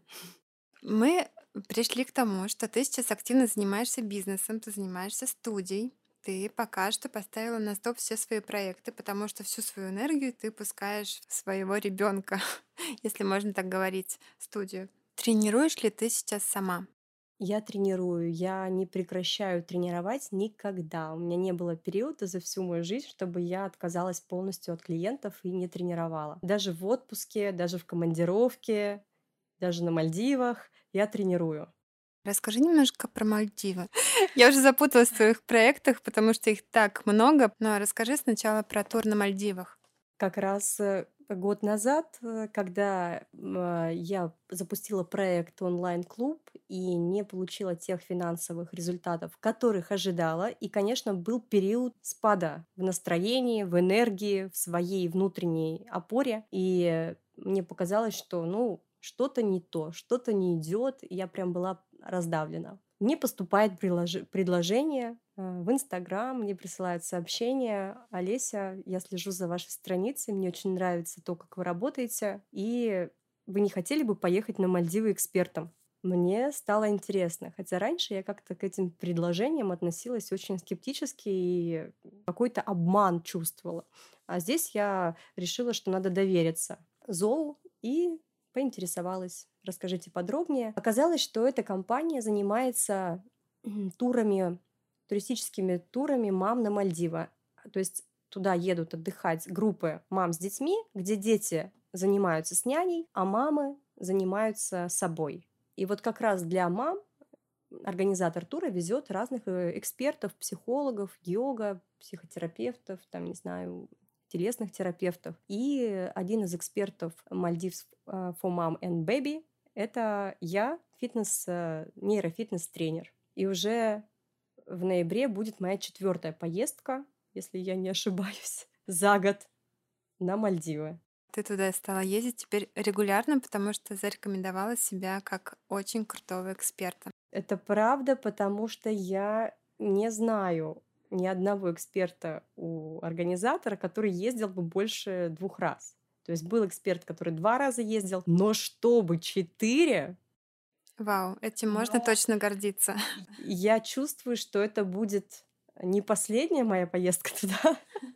Мы пришли к тому, что ты сейчас активно занимаешься бизнесом, ты занимаешься студией. Ты пока что поставила на стоп все свои проекты, потому что всю свою энергию ты пускаешь в своего ребенка, если можно так говорить, студию. Тренируешь ли ты сейчас сама? Я тренирую, я не прекращаю тренировать никогда. У меня не было периода за всю мою жизнь, чтобы я отказалась полностью от клиентов и не тренировала. Даже в отпуске, даже в командировке, даже на Мальдивах я тренирую. Расскажи немножко про Мальдивы. Я уже запуталась в твоих проектах, потому что их так много. Но расскажи сначала про тур на Мальдивах. Как раз год назад, когда я запустила проект онлайн-клуб и не получила тех финансовых результатов, которых ожидала, и, конечно, был период спада в настроении, в энергии, в своей внутренней опоре, и мне показалось, что, ну, что-то не то, что-то не идет, и я прям была раздавлена. Мне поступает предложение в Инстаграм, мне присылают сообщение: «Олеся, я слежу за вашей страницей, мне очень нравится то, как вы работаете, и вы не хотели бы поехать на Мальдивы экспертом?» Мне стало интересно, хотя раньше я как-то к этим предложениям относилась очень скептически и какой-то обман чувствовала. А здесь я решила, что надо довериться зову, и поинтересовалась: «Расскажите подробнее». Оказалось, что эта компания занимается турами, туристическими турами мам на Мальдивы. То есть туда едут отдыхать группы мам с детьми, где дети занимаются с няней, а мамы занимаются собой. И вот как раз для мам организатор тура везет разных экспертов, психологов, йога, психотерапевтов, там, не знаю, телесных терапевтов. И один из экспертов Maldives for Mom and Baby — это я, нейрофитнес-тренер. И уже в ноябре будет моя 4-я поездка, если я не ошибаюсь, за год на Мальдивы. Ты туда стала ездить теперь регулярно, потому что зарекомендовала себя как очень крутого эксперта. Это правда, потому что я не знаю ни одного эксперта у организатора, который ездил бы больше 2 раз. То есть был эксперт, который 2 раза ездил, но чтобы 4, Вау, этим можно точно гордиться. я чувствую, что это будет не последняя моя поездка туда.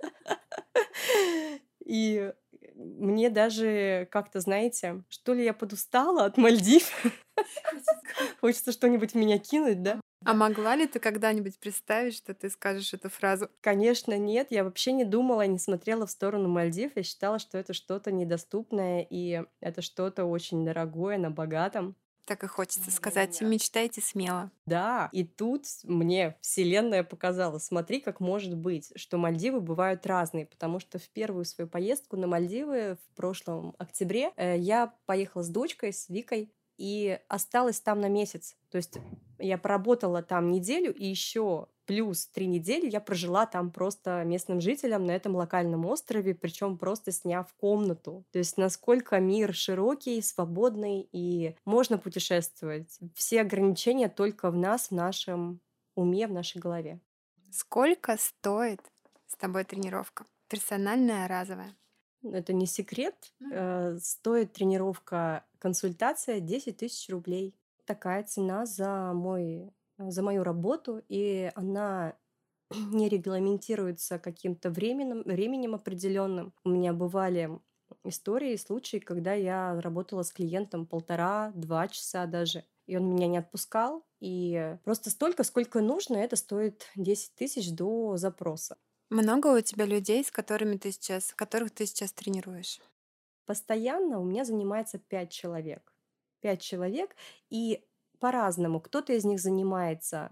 И мне даже как-то, знаете, что ли я подустала от Мальдив. Хочется что-нибудь в меня кинуть, да? А могла ли ты когда-нибудь представить, что ты скажешь эту фразу? Конечно, нет. Я вообще не думала, не смотрела в сторону Мальдив. Я считала, что это что-то недоступное, и это что-то очень дорогое, на богатом. Так и хочется сказать, мечтайте смело. Да, и тут мне вселенная показала: смотри, как может быть, что Мальдивы бывают разные, потому что в первую свою поездку на Мальдивы в прошлом октябре я поехала с дочкой, с Викой, и осталась там на месяц. То есть я проработала там неделю, и еще плюс 3 недели я прожила там просто местным жителям на этом локальном острове, причем просто сняв комнату. То есть насколько мир широкий, свободный, и можно путешествовать. Все ограничения только в нас, в нашем уме, в нашей голове. Сколько стоит с тобой тренировка? Персональная, разовая? Это не секрет. Стоит тренировка, консультация 10 000 рублей. Такая цена за мою работу, и она не регламентируется каким-то временем определенным. У меня бывали истории, случаи, когда я работала с клиентом 1,5-2 часа даже, и он меня не отпускал. И просто столько, сколько нужно, это стоит 10 000 до запроса. Много у тебя людей, которых ты сейчас тренируешь? Постоянно у меня занимается 5 человек. 5 человек, и по-разному. Кто-то из них занимается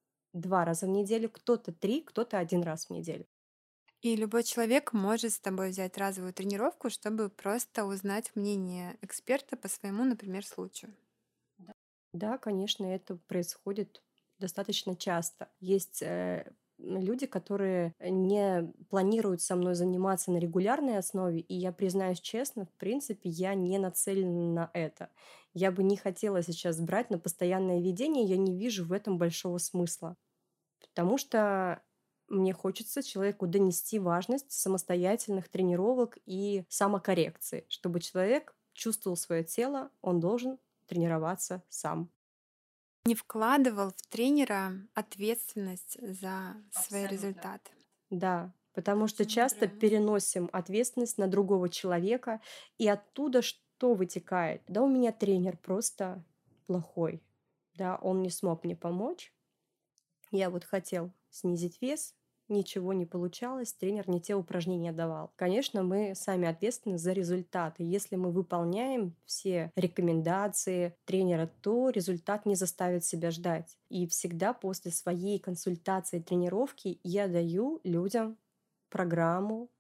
2 раза в неделю, кто-то 3, кто-то 1 раз в неделю. И любой человек может с тобой взять разовую тренировку, чтобы просто узнать мнение эксперта по своему, например, случаю. Да, конечно, это происходит достаточно часто. Есть люди, которые не планируют со мной заниматься на регулярной основе, и я признаюсь честно, в принципе, я не нацелена на это. Я бы не хотела сейчас брать на постоянное ведение, я не вижу в этом большого смысла, потому что мне хочется человеку донести важность самостоятельных тренировок и самокоррекции, чтобы человек чувствовал свое тело, он должен тренироваться сам. Не вкладывал в тренера ответственность за свои результаты. Да, потому что Очень часто мудрая мысль. переносим ответственность на другого человека, и оттуда что вытекает? Да, у меня тренер просто плохой, да, он не смог мне помочь. Я вот хотел снизить вес, ничего не получалось, тренер не те упражнения давал. Конечно, мы сами ответственны за результаты. Если мы выполняем все рекомендации тренера, то результат не заставит себя ждать. И всегда после своей консультации, тренировки я даю людям программу,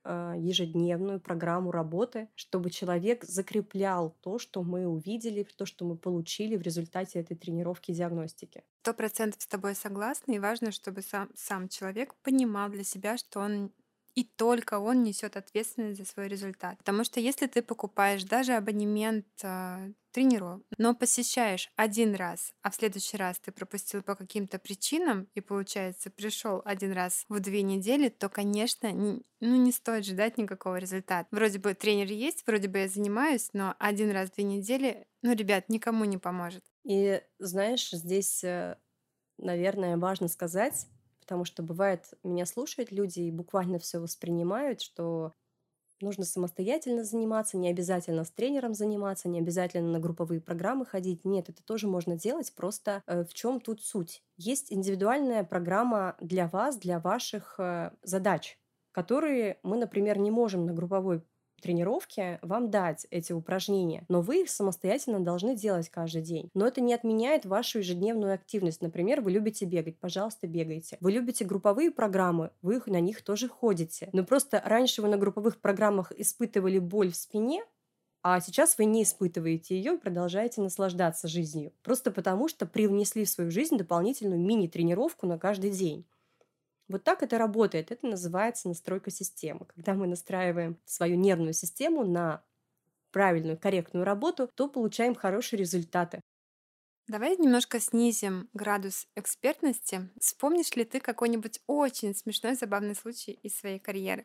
ежедневную программу работы, чтобы человек закреплял то, что мы увидели, то, что мы получили в результате этой тренировки и диагностики. 100% с тобой согласна, и важно, чтобы сам человек понимал для себя, что он и только он несет ответственность за свой результат. Потому что если ты покупаешь даже абонемент тренеру, но посещаешь 1 раз, а в следующий раз ты пропустил по каким-то причинам и, получается, пришел 1 раз в 2 недели, то, конечно, ну, не стоит ждать никакого результата. Вроде бы тренер есть, вроде бы я занимаюсь, но 1 раз в 2 недели, ну, ребят, никому не поможет. И знаешь, здесь, наверное, важно сказать, потому что бывает, меня слушают люди и буквально все воспринимают, что нужно самостоятельно заниматься, не обязательно с тренером заниматься, не обязательно на групповые программы ходить. Нет, это тоже можно делать, просто в чем тут суть? Есть индивидуальная программа для вас, для ваших задач, которые мы, например, не можем на групповой тренировке вам дать эти упражнения, но вы их самостоятельно должны делать каждый день. Но это не отменяет вашу ежедневную активность. Например, вы любите бегать, пожалуйста, бегайте. Вы любите групповые программы, вы на них тоже ходите. Но просто раньше вы на групповых программах испытывали боль в спине, а сейчас вы не испытываете ее и продолжаете наслаждаться жизнью. Просто потому, что привнесли в свою жизнь дополнительную мини-тренировку на каждый день. Вот так это работает. Это называется настройка системы. Когда мы настраиваем свою нервную систему на правильную, корректную работу, то получаем хорошие результаты. Давай немножко снизим градус экспертности. Вспомнишь ли ты какой-нибудь очень смешной, забавный случай из своей карьеры?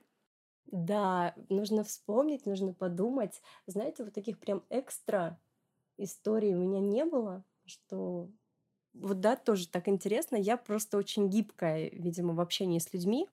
Да, нужно вспомнить, нужно подумать. Знаете, вот таких прям экстра историй у меня не было, что вот да, тоже так интересно. Я просто очень гибкая, видимо, в общении с людьми.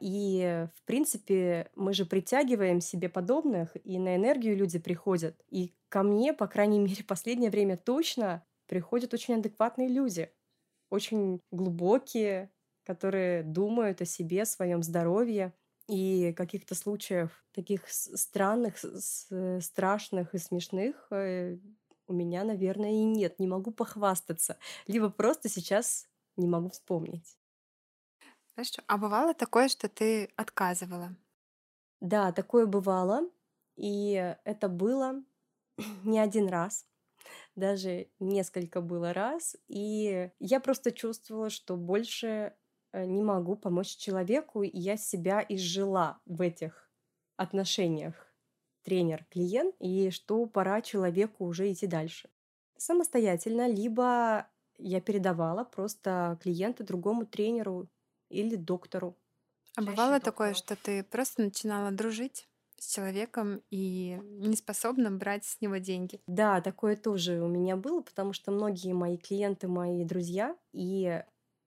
И, в принципе, мы же притягиваем себе подобных, и на энергию люди приходят. И ко мне, по крайней мере, последнее время точно приходят очень адекватные люди, очень глубокие, которые думают о себе, о своем здоровье. И каких-то случаев таких странных, страшных и смешных у меня, наверное, и нет. Не могу похвастаться. Либо просто сейчас не могу вспомнить. Хорошо. А бывало такое, что ты отказывала? Да, такое бывало. И это было не 1 раз, даже несколько было раз. И я просто чувствовала, что больше не могу помочь человеку, и я себя изжила в этих отношениях тренер-клиент, и что пора человеку уже идти дальше. Самостоятельно, либо я передавала просто клиента другому тренеру или доктору. А бывало такое, что ты просто начинала дружить с человеком и не способна брать с него деньги? Да, такое тоже у меня было, потому что многие мои клиенты, мои друзья, и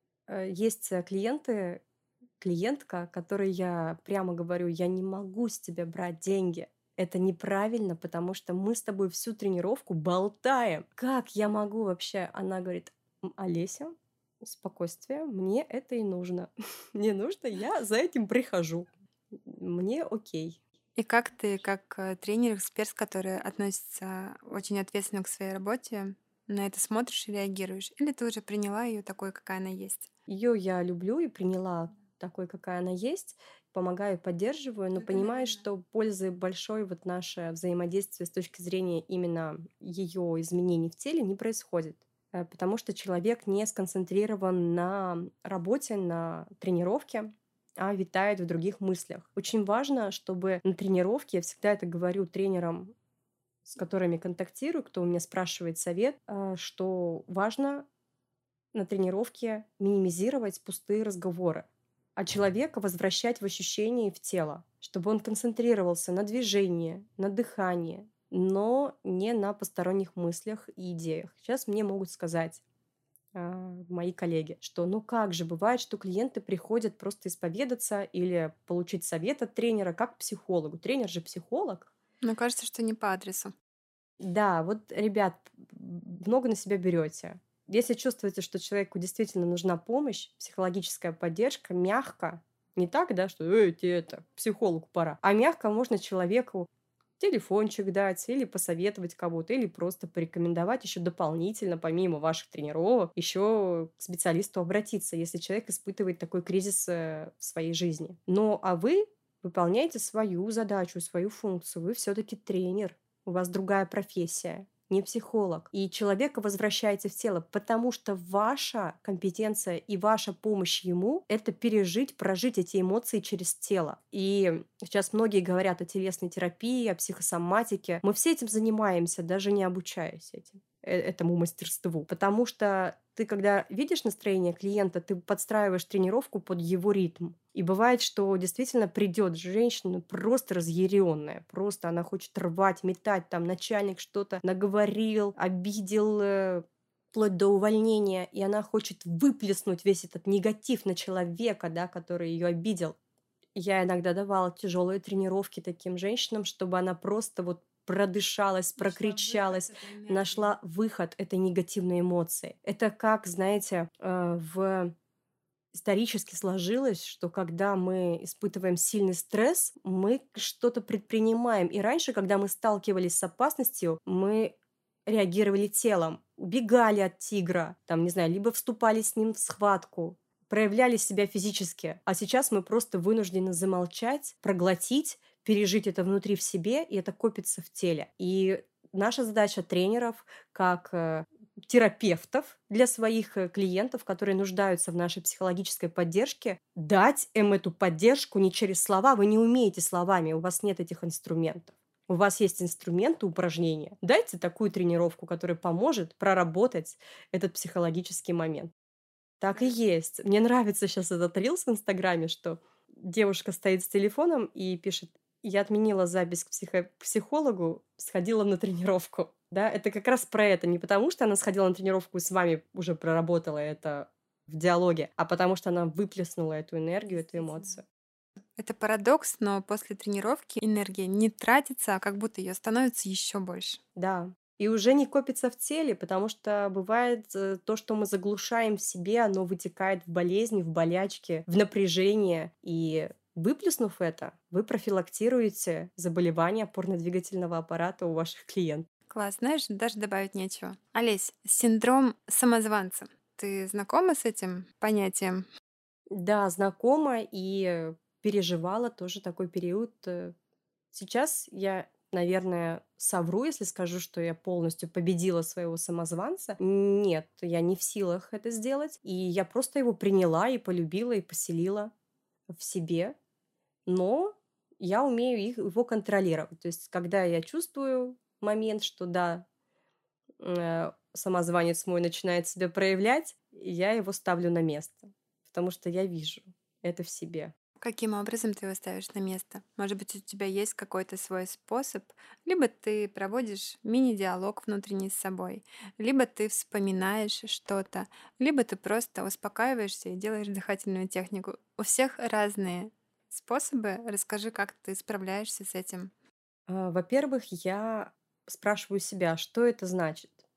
есть клиенты, клиентка, которой я прямо говорю: я не могу с тебя брать деньги. Это неправильно, потому что мы с тобой всю тренировку болтаем. Как я могу вообще? Она говорит: Олеся, спокойствие, мне это и нужно. Мне нужно, я за этим прихожу. Мне окей. И как ты, как тренер-эксперт, который относится очень ответственно к своей работе, на это смотришь и реагируешь? Или ты уже приняла ее такой, какая она есть? Ее я люблю и приняла такой, какая она есть, помогаю, поддерживаю, но Это понимаю, нормально. что пользы большой вот наше взаимодействие с точки зрения именно ее изменений в теле не происходит. Потому что человек не сконцентрирован на работе, на тренировке, а витает в других мыслях. Очень важно, чтобы на тренировке, я всегда это говорю тренерам, с которыми контактирую, кто у меня спрашивает совет, что важно на тренировке минимизировать пустые разговоры, а человека возвращать в ощущение в тело, чтобы он концентрировался на движении, на дыхании, но не на посторонних мыслях и идеях. Сейчас мне могут сказать мои коллеги, что ну как же, бывает, что клиенты приходят просто исповедаться или получить совет от тренера, как к психологу. Тренер же психолог. Но кажется, что не по адресу. Да, вот, ребят, много на себя берете. Если чувствуете, что человеку действительно нужна помощь, психологическая поддержка, мягко, не так, да, что тебе это, к психологу пора», а мягко можно человеку телефончик дать или посоветовать кого-то, или просто порекомендовать еще дополнительно, помимо ваших тренировок, еще к специалисту обратиться, если человек испытывает такой кризис в своей жизни. Ну, а вы выполняете свою задачу, свою функцию. Вы все-таки тренер, у вас другая профессия, не психолог. И человека возвращаете в тело, потому что ваша компетенция и ваша помощь ему — это пережить, прожить эти эмоции через тело. И сейчас многие говорят о телесной терапии, о психосоматике. Мы все этим занимаемся, даже не обучаясь этому мастерству. Потому что ты, когда видишь настроение клиента, ты подстраиваешь тренировку под его ритм. И бывает, что действительно придет женщина просто разъяренная, просто она хочет рвать, метать, там начальник что-то наговорил, обидел, вплоть до увольнения, и она хочет выплеснуть весь этот негатив на человека, да, который ее обидел. Я иногда давала тяжелые тренировки таким женщинам, чтобы она просто вот продышалась, прокричалась, нашла выход этой негативной эмоции. Это как, знаете, исторически сложилось, что когда мы испытываем сильный стресс, мы что-то предпринимаем. И раньше, когда мы сталкивались с опасностью, мы реагировали телом, убегали от тигра, там, не знаю, либо вступали с ним в схватку, проявляли себя физически. А сейчас мы просто вынуждены замолчать, проглотить, пережить это внутри в себе, и это копится в теле. И наша задача тренеров, как терапевтов для своих клиентов, которые нуждаются в нашей психологической поддержке, дать им эту поддержку не через слова. Вы не умеете словами, у вас нет этих инструментов. У вас есть инструменты, упражнения. Дайте такую тренировку, которая поможет проработать этот психологический момент. Так и есть. Мне нравится сейчас этот рилс в Инстаграме, что девушка стоит с телефоном и пишет: «Я отменила запись к психологу, сходила на тренировку». Да, это как раз про это. Не потому, что она сходила на тренировку и с вами уже проработала это в диалоге, а потому что она выплеснула эту энергию, эту Действительно. эмоцию. Это парадокс, но после тренировки энергия не тратится, а как будто ее становится еще больше. Да. И уже не копится в теле, потому что бывает то, что мы заглушаем в себе, оно вытекает в болезни, в болячки, в напряжение. И выплеснув это, вы профилактируете заболевания опорно-двигательного аппарата у ваших клиентов. Класс, знаешь, даже добавить нечего. Олесь, синдром самозванца. Ты знакома с этим понятием? Да, знакома и переживала тоже такой период. Сейчас я, наверное, совру, если скажу, что я полностью победила своего самозванца. Нет, я не в силах это сделать. И я просто его приняла и полюбила, и поселила в себе. Но я умею его контролировать. То есть, когда я чувствую момент, что да, самозванец мой начинает себя проявлять, я его ставлю на место, потому что я вижу это в себе. Каким образом ты его ставишь на место? Может быть, у тебя есть какой-то свой способ? Либо ты проводишь мини-диалог внутренний с собой, либо ты вспоминаешь что-то, либо ты просто успокаиваешься и делаешь дыхательную технику. У всех разные способы. Расскажи, как ты справляешься с этим. Во-первых, я спрашиваю себя, что это значит.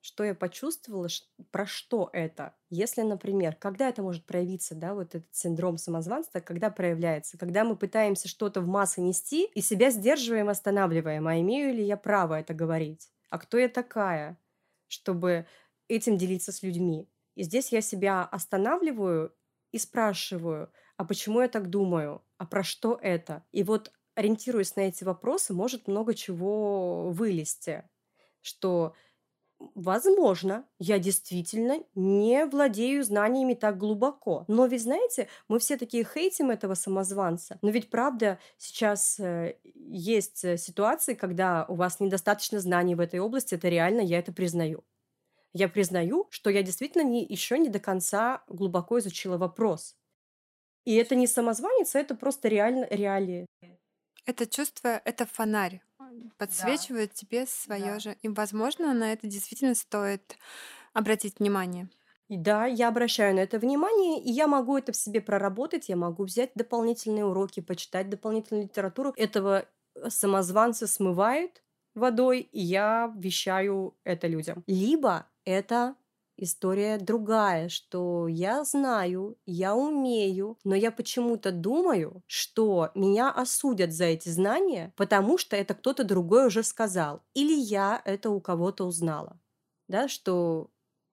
что я почувствовала, про что это. Если, например, когда это может проявиться, да, вот этот синдром самозванца, когда проявляется? Когда мы пытаемся что-то в массы нести и себя сдерживаем, останавливаем. А имею ли я право это говорить? А кто я такая, чтобы этим делиться с людьми? И здесь я себя останавливаю и спрашиваю, а почему я так думаю? А про что это? И вот, ориентируясь на эти вопросы, может много чего вылезти, что, возможно, я действительно не владею знаниями так глубоко. Но ведь, знаете, мы все такие хейтим этого самозванца. Но ведь правда сейчас есть ситуации, когда у вас недостаточно знаний в этой области, это реально, я это признаю. Я признаю, что я действительно еще не до конца глубоко изучила вопрос. И это не самозванец, а это просто реально реалии. Это чувство, это фонарь, Да, подсвечивает тебе свое да. же. И, возможно, на это действительно стоит обратить внимание. И да, я обращаю на это внимание, и я могу это в себе проработать, я могу взять дополнительные уроки, почитать дополнительную литературу. Этого самозванца смывает водой, и я вещаю это людям. Либо это история другая, что я знаю, я умею, но я почему-то думаю, что меня осудят за эти знания, потому что это кто-то другой уже сказал, или я это у кого-то узнала. Да, что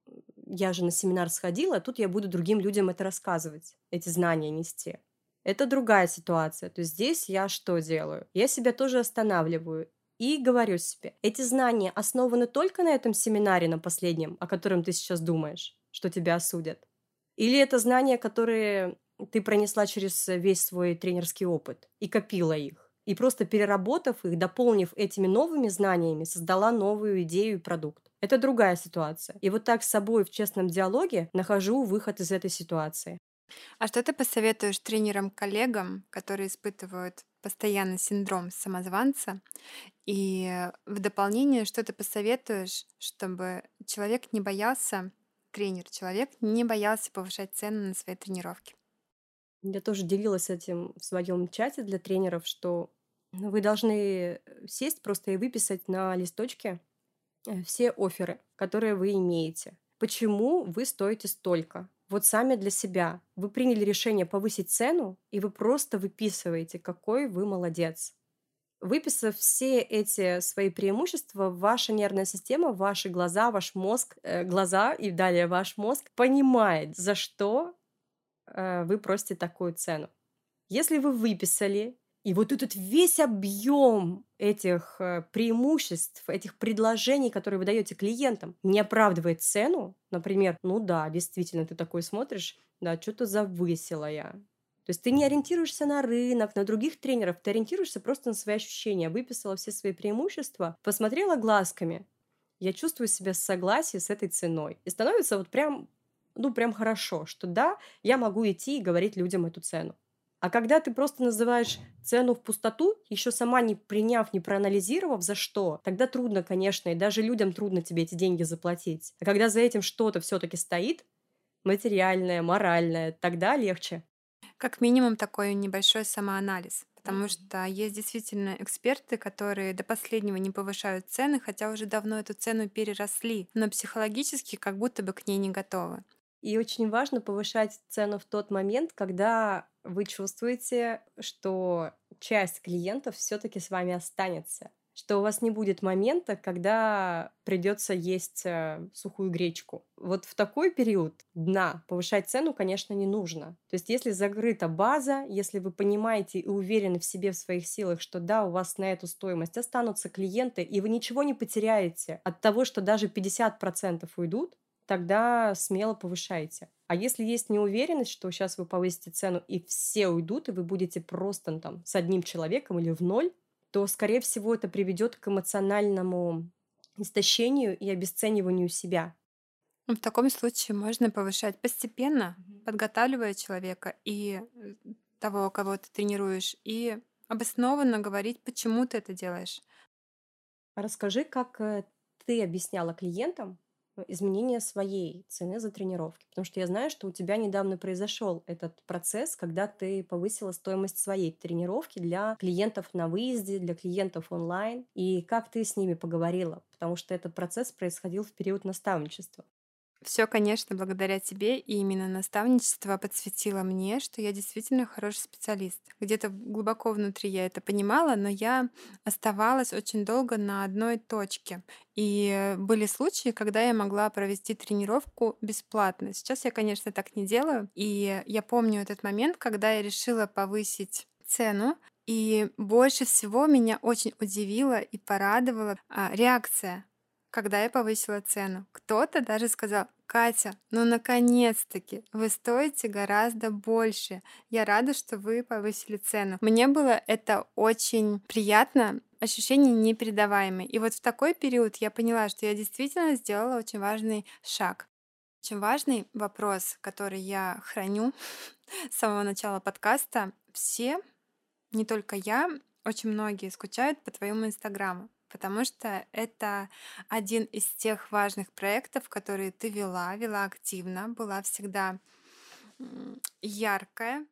я же на семинар сходила, а тут я буду другим людям это рассказывать, эти знания нести. Это другая ситуация. То есть здесь я что делаю? Я себя тоже останавливаю и говорю себе, эти знания основаны только на этом семинаре, на последнем, о котором ты сейчас думаешь, что тебя осудят? Или это знания, которые ты пронесла через весь свой тренерский опыт и копила их? И просто переработав их, дополнив этими новыми знаниями, создала новую идею и продукт. Это другая ситуация. И вот так с собой в честном диалоге нахожу выход из этой ситуации. А что ты посоветуешь тренерам-коллегам, которые испытывают постоянно синдром самозванца? И в дополнение, что ты посоветуешь, чтобы человек не боялся, человек не боялся повышать цены на свои тренировки? Я тоже делилась этим в своем чате для тренеров, что вы должны сесть просто и выписать на листочке все офферы, которые вы имеете. Почему вы стоите столько? Вот сами для себя. Вы приняли решение повысить цену, и вы просто выписываете, какой вы молодец. Выписав все эти свои преимущества, ваша нервная система, ваши глаза, ваш мозг, глаза и далее ваш мозг понимает, за что вы просите такую цену. Если вы выписали, и вот этот весь объем этих преимуществ, этих предложений, которые вы даете клиентам, не оправдывает цену, например, ну да, действительно, ты такой смотришь, да, что-то завысила я. То есть ты не ориентируешься на рынок, на других тренеров, ты ориентируешься просто на свои ощущения. Выписала все свои преимущества, посмотрела глазками. Я чувствую себя в согласии с этой ценой. И становится вот прям, ну прям хорошо, что да, я могу идти и говорить людям эту цену. А когда ты просто называешь цену в пустоту, еще сама не приняв, не проанализировав за что, тогда трудно, конечно, и даже людям трудно тебе эти деньги заплатить. А когда за этим что-то все-таки стоит, материальное, моральное, тогда легче. Как минимум такой небольшой самоанализ. Потому что есть действительно эксперты, которые до последнего не повышают цены, хотя уже давно эту цену переросли, но психологически как будто бы к ней не готовы. И очень важно повышать цену в тот момент, когда вы чувствуете, что часть клиентов все-таки с вами останется, что у вас не будет момента, когда придется есть сухую гречку. Вот в такой период дна повышать цену, конечно, не нужно. То есть если закрыта база, если вы понимаете и уверены в себе, в своих силах, что да, у вас на эту стоимость останутся клиенты, и вы ничего не потеряете от того, что даже 50% уйдут, тогда смело повышайте. А если есть неуверенность, что сейчас вы повысите цену и все уйдут, и вы будете просто там с одним человеком или в ноль, то, скорее всего, это приведет к эмоциональному истощению и обесцениванию себя. В таком случае можно повышать постепенно, Мгм. подготавливая человека и того, кого ты тренируешь, и обоснованно говорить, почему ты это делаешь. А расскажи, как ты объясняла клиентам изменение своей цены за тренировки. Потому что я знаю, что у тебя недавно произошел этот процесс, когда ты повысила стоимость своей тренировки для клиентов на выезде, для клиентов онлайн. И как ты с ними поговорила? Потому что этот процесс происходил в период наставничества. Все, конечно, благодаря тебе, и именно наставничество подсветило мне, что я действительно хороший специалист. Где-то глубоко внутри я это понимала, но я оставалась очень долго на одной точке. И были случаи, когда я могла провести тренировку бесплатно. Сейчас я, конечно, так не делаю. И я помню этот момент, когда я решила повысить цену, и больше всего меня очень удивила и порадовала реакция, когда я повысила цену. Кто-то даже сказал: «Катя, ну наконец-таки, вы стоите гораздо больше. Я рада, что вы повысили цену». Мне было это очень приятно, ощущение непередаваемое. И вот в такой период я поняла, что я действительно сделала очень важный шаг. Очень важный вопрос, который я храню с самого начала подкаста. Все, не только я, очень многие скучают по твоему инстаграму, потому что это один из тех важных проектов, которые ты вела активно, была всегда яркая.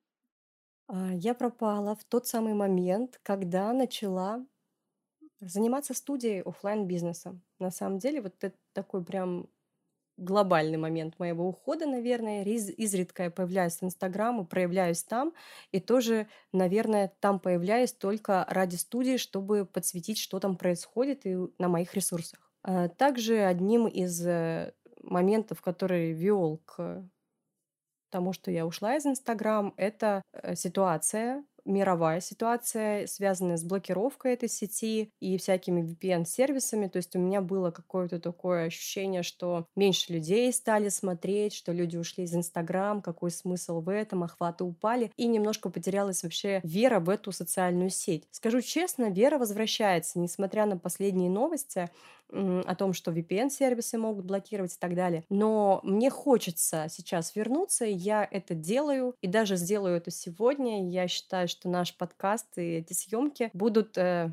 Я пропала в тот самый момент, когда начала заниматься студией оффлайн бизнеса. На самом деле, вот это такой прям глобальный момент моего ухода, наверное. Изредка я появляюсь в Инстаграм и проявляюсь там. И тоже, наверное, там появляюсь только ради студии, чтобы подсветить, что там происходит и на моих ресурсах. Также одним из моментов, который вел к тому, что я ушла из Инстаграм, это ситуация, мировая ситуация, связанная с блокировкой этой сети и всякими VPN-сервисами. То есть у меня было какое-то такое ощущение, что меньше людей стали смотреть, что люди ушли из Инстаграм, какой смысл в этом, охваты упали, и немножко потерялась вообще вера в эту социальную сеть. Скажу честно, вера возвращается, несмотря на последние новости о том, что VPN-сервисы могут блокировать и так далее. Но мне хочется сейчас вернуться, и я это делаю, и даже сделаю это сегодня. Я считаю, что наш подкаст и эти съемки будут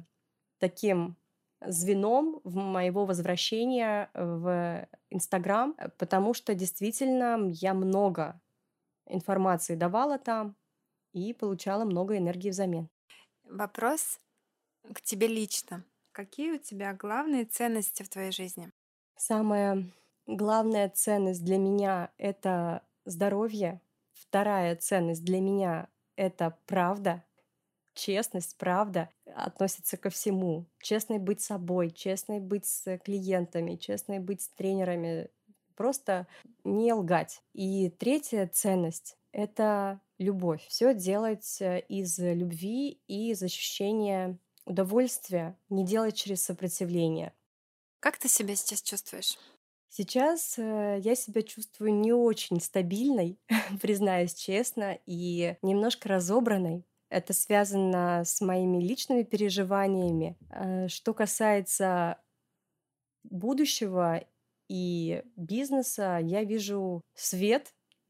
таким звеном моего возвращения в Инстаграм, потому что действительно я много информации давала там и получала много энергии взамен. Вопрос к тебе лично. Какие у тебя главные ценности в твоей жизни? Самая главная ценность для меня — это здоровье. Вторая ценность для меня — это правда, честность, правда относится ко всему. Честной быть собой, честной быть с клиентами, честной быть с тренерами. Просто не лгать. И третья ценность — это любовь. Все делать из любви и из ощущения удовольствия, не делать через сопротивление. Как ты себя сейчас чувствуешь? Сейчас я себя чувствую не очень стабильной, признаюсь честно, и немножко разобранной. Это связано с моими личными переживаниями. Что касается будущего и бизнеса, я вижу свет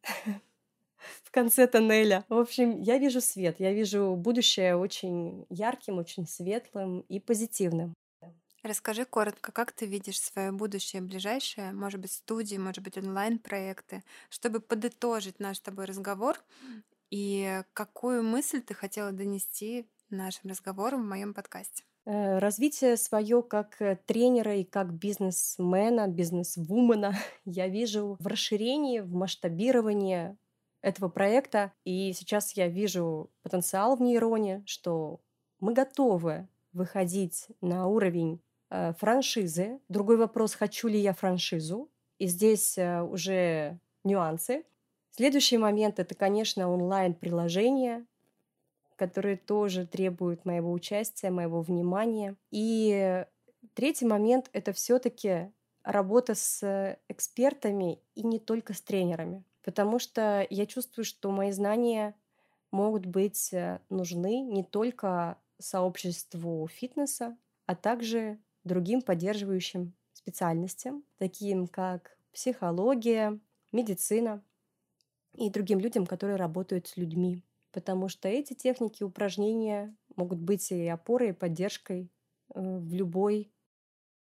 в конце тоннеля. В общем, я вижу свет, я вижу будущее очень ярким, очень светлым и позитивным. Расскажи коротко, как ты видишь свое будущее ближайшее, может быть, студии, может быть, онлайн-проекты, чтобы подытожить наш с тобой разговор и какую мысль ты хотела донести нашим разговором в моем подкасте. Развитие свое как тренера и как бизнесмена, бизнесвумена я вижу в расширении, в масштабировании этого проекта. И сейчас я вижу потенциал в нейроне, что мы готовы выходить на уровень франшизы. Другой вопрос, хочу ли я франшизу. И здесь уже нюансы. Следующий момент — это, конечно, онлайн-приложение, которые тоже требуют моего участия, моего внимания. И третий момент — это все таки работа с экспертами и не только с тренерами. Потому что я чувствую, что мои знания могут быть нужны не только сообществу фитнеса, а также другим поддерживающим специальностям, таким как психология, медицина и другим людям, которые работают с людьми. Потому что эти техники, упражнения могут быть и опорой, и поддержкой в любой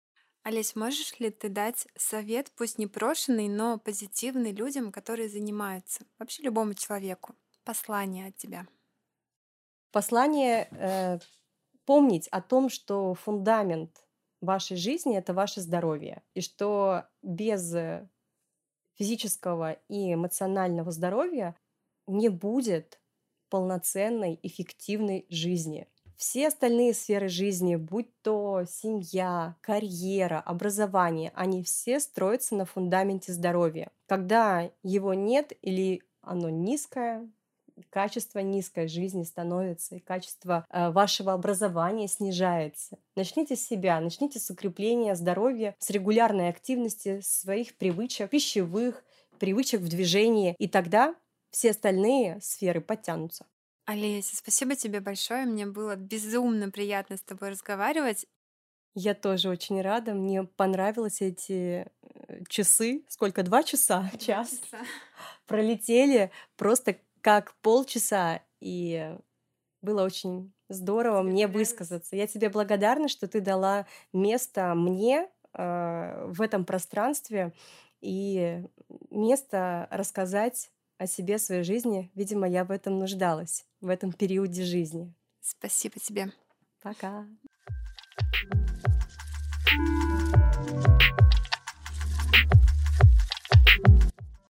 Олесь, можешь ли ты дать совет, пусть непрошенный, но позитивный людям, которые занимаются? Вообще любому человеку. Послание от тебя. Послание помнить о том, что фундамент вашей жизни это ваше здоровье, и что без физического и эмоционального здоровья не будет полноценной, эффективной жизни. Все остальные сферы жизни, будь то семья, карьера, образование, они все строятся на фундаменте здоровья. Когда его нет или оно низкое, качество низкой жизни становится, и качество вашего образования снижается. Начните с себя, начните с укрепления здоровья, с регулярной активности своих привычек, пищевых, привычек в движении, и тогда все остальные сферы подтянутся. Олеся, спасибо тебе большое. Мне было безумно приятно с тобой разговаривать. Я тоже очень рада. Мне понравились эти часы. Сколько? 2 часа? Час? Часа. Пролетели просто как полчаса. И было очень здорово Тебе мне понравилось? высказаться. Я тебе благодарна, что ты дала место мне в этом пространстве и место рассказать о себе, своей жизни. Видимо, я в этом нуждалась, в этом периоде жизни. Спасибо тебе. Пока.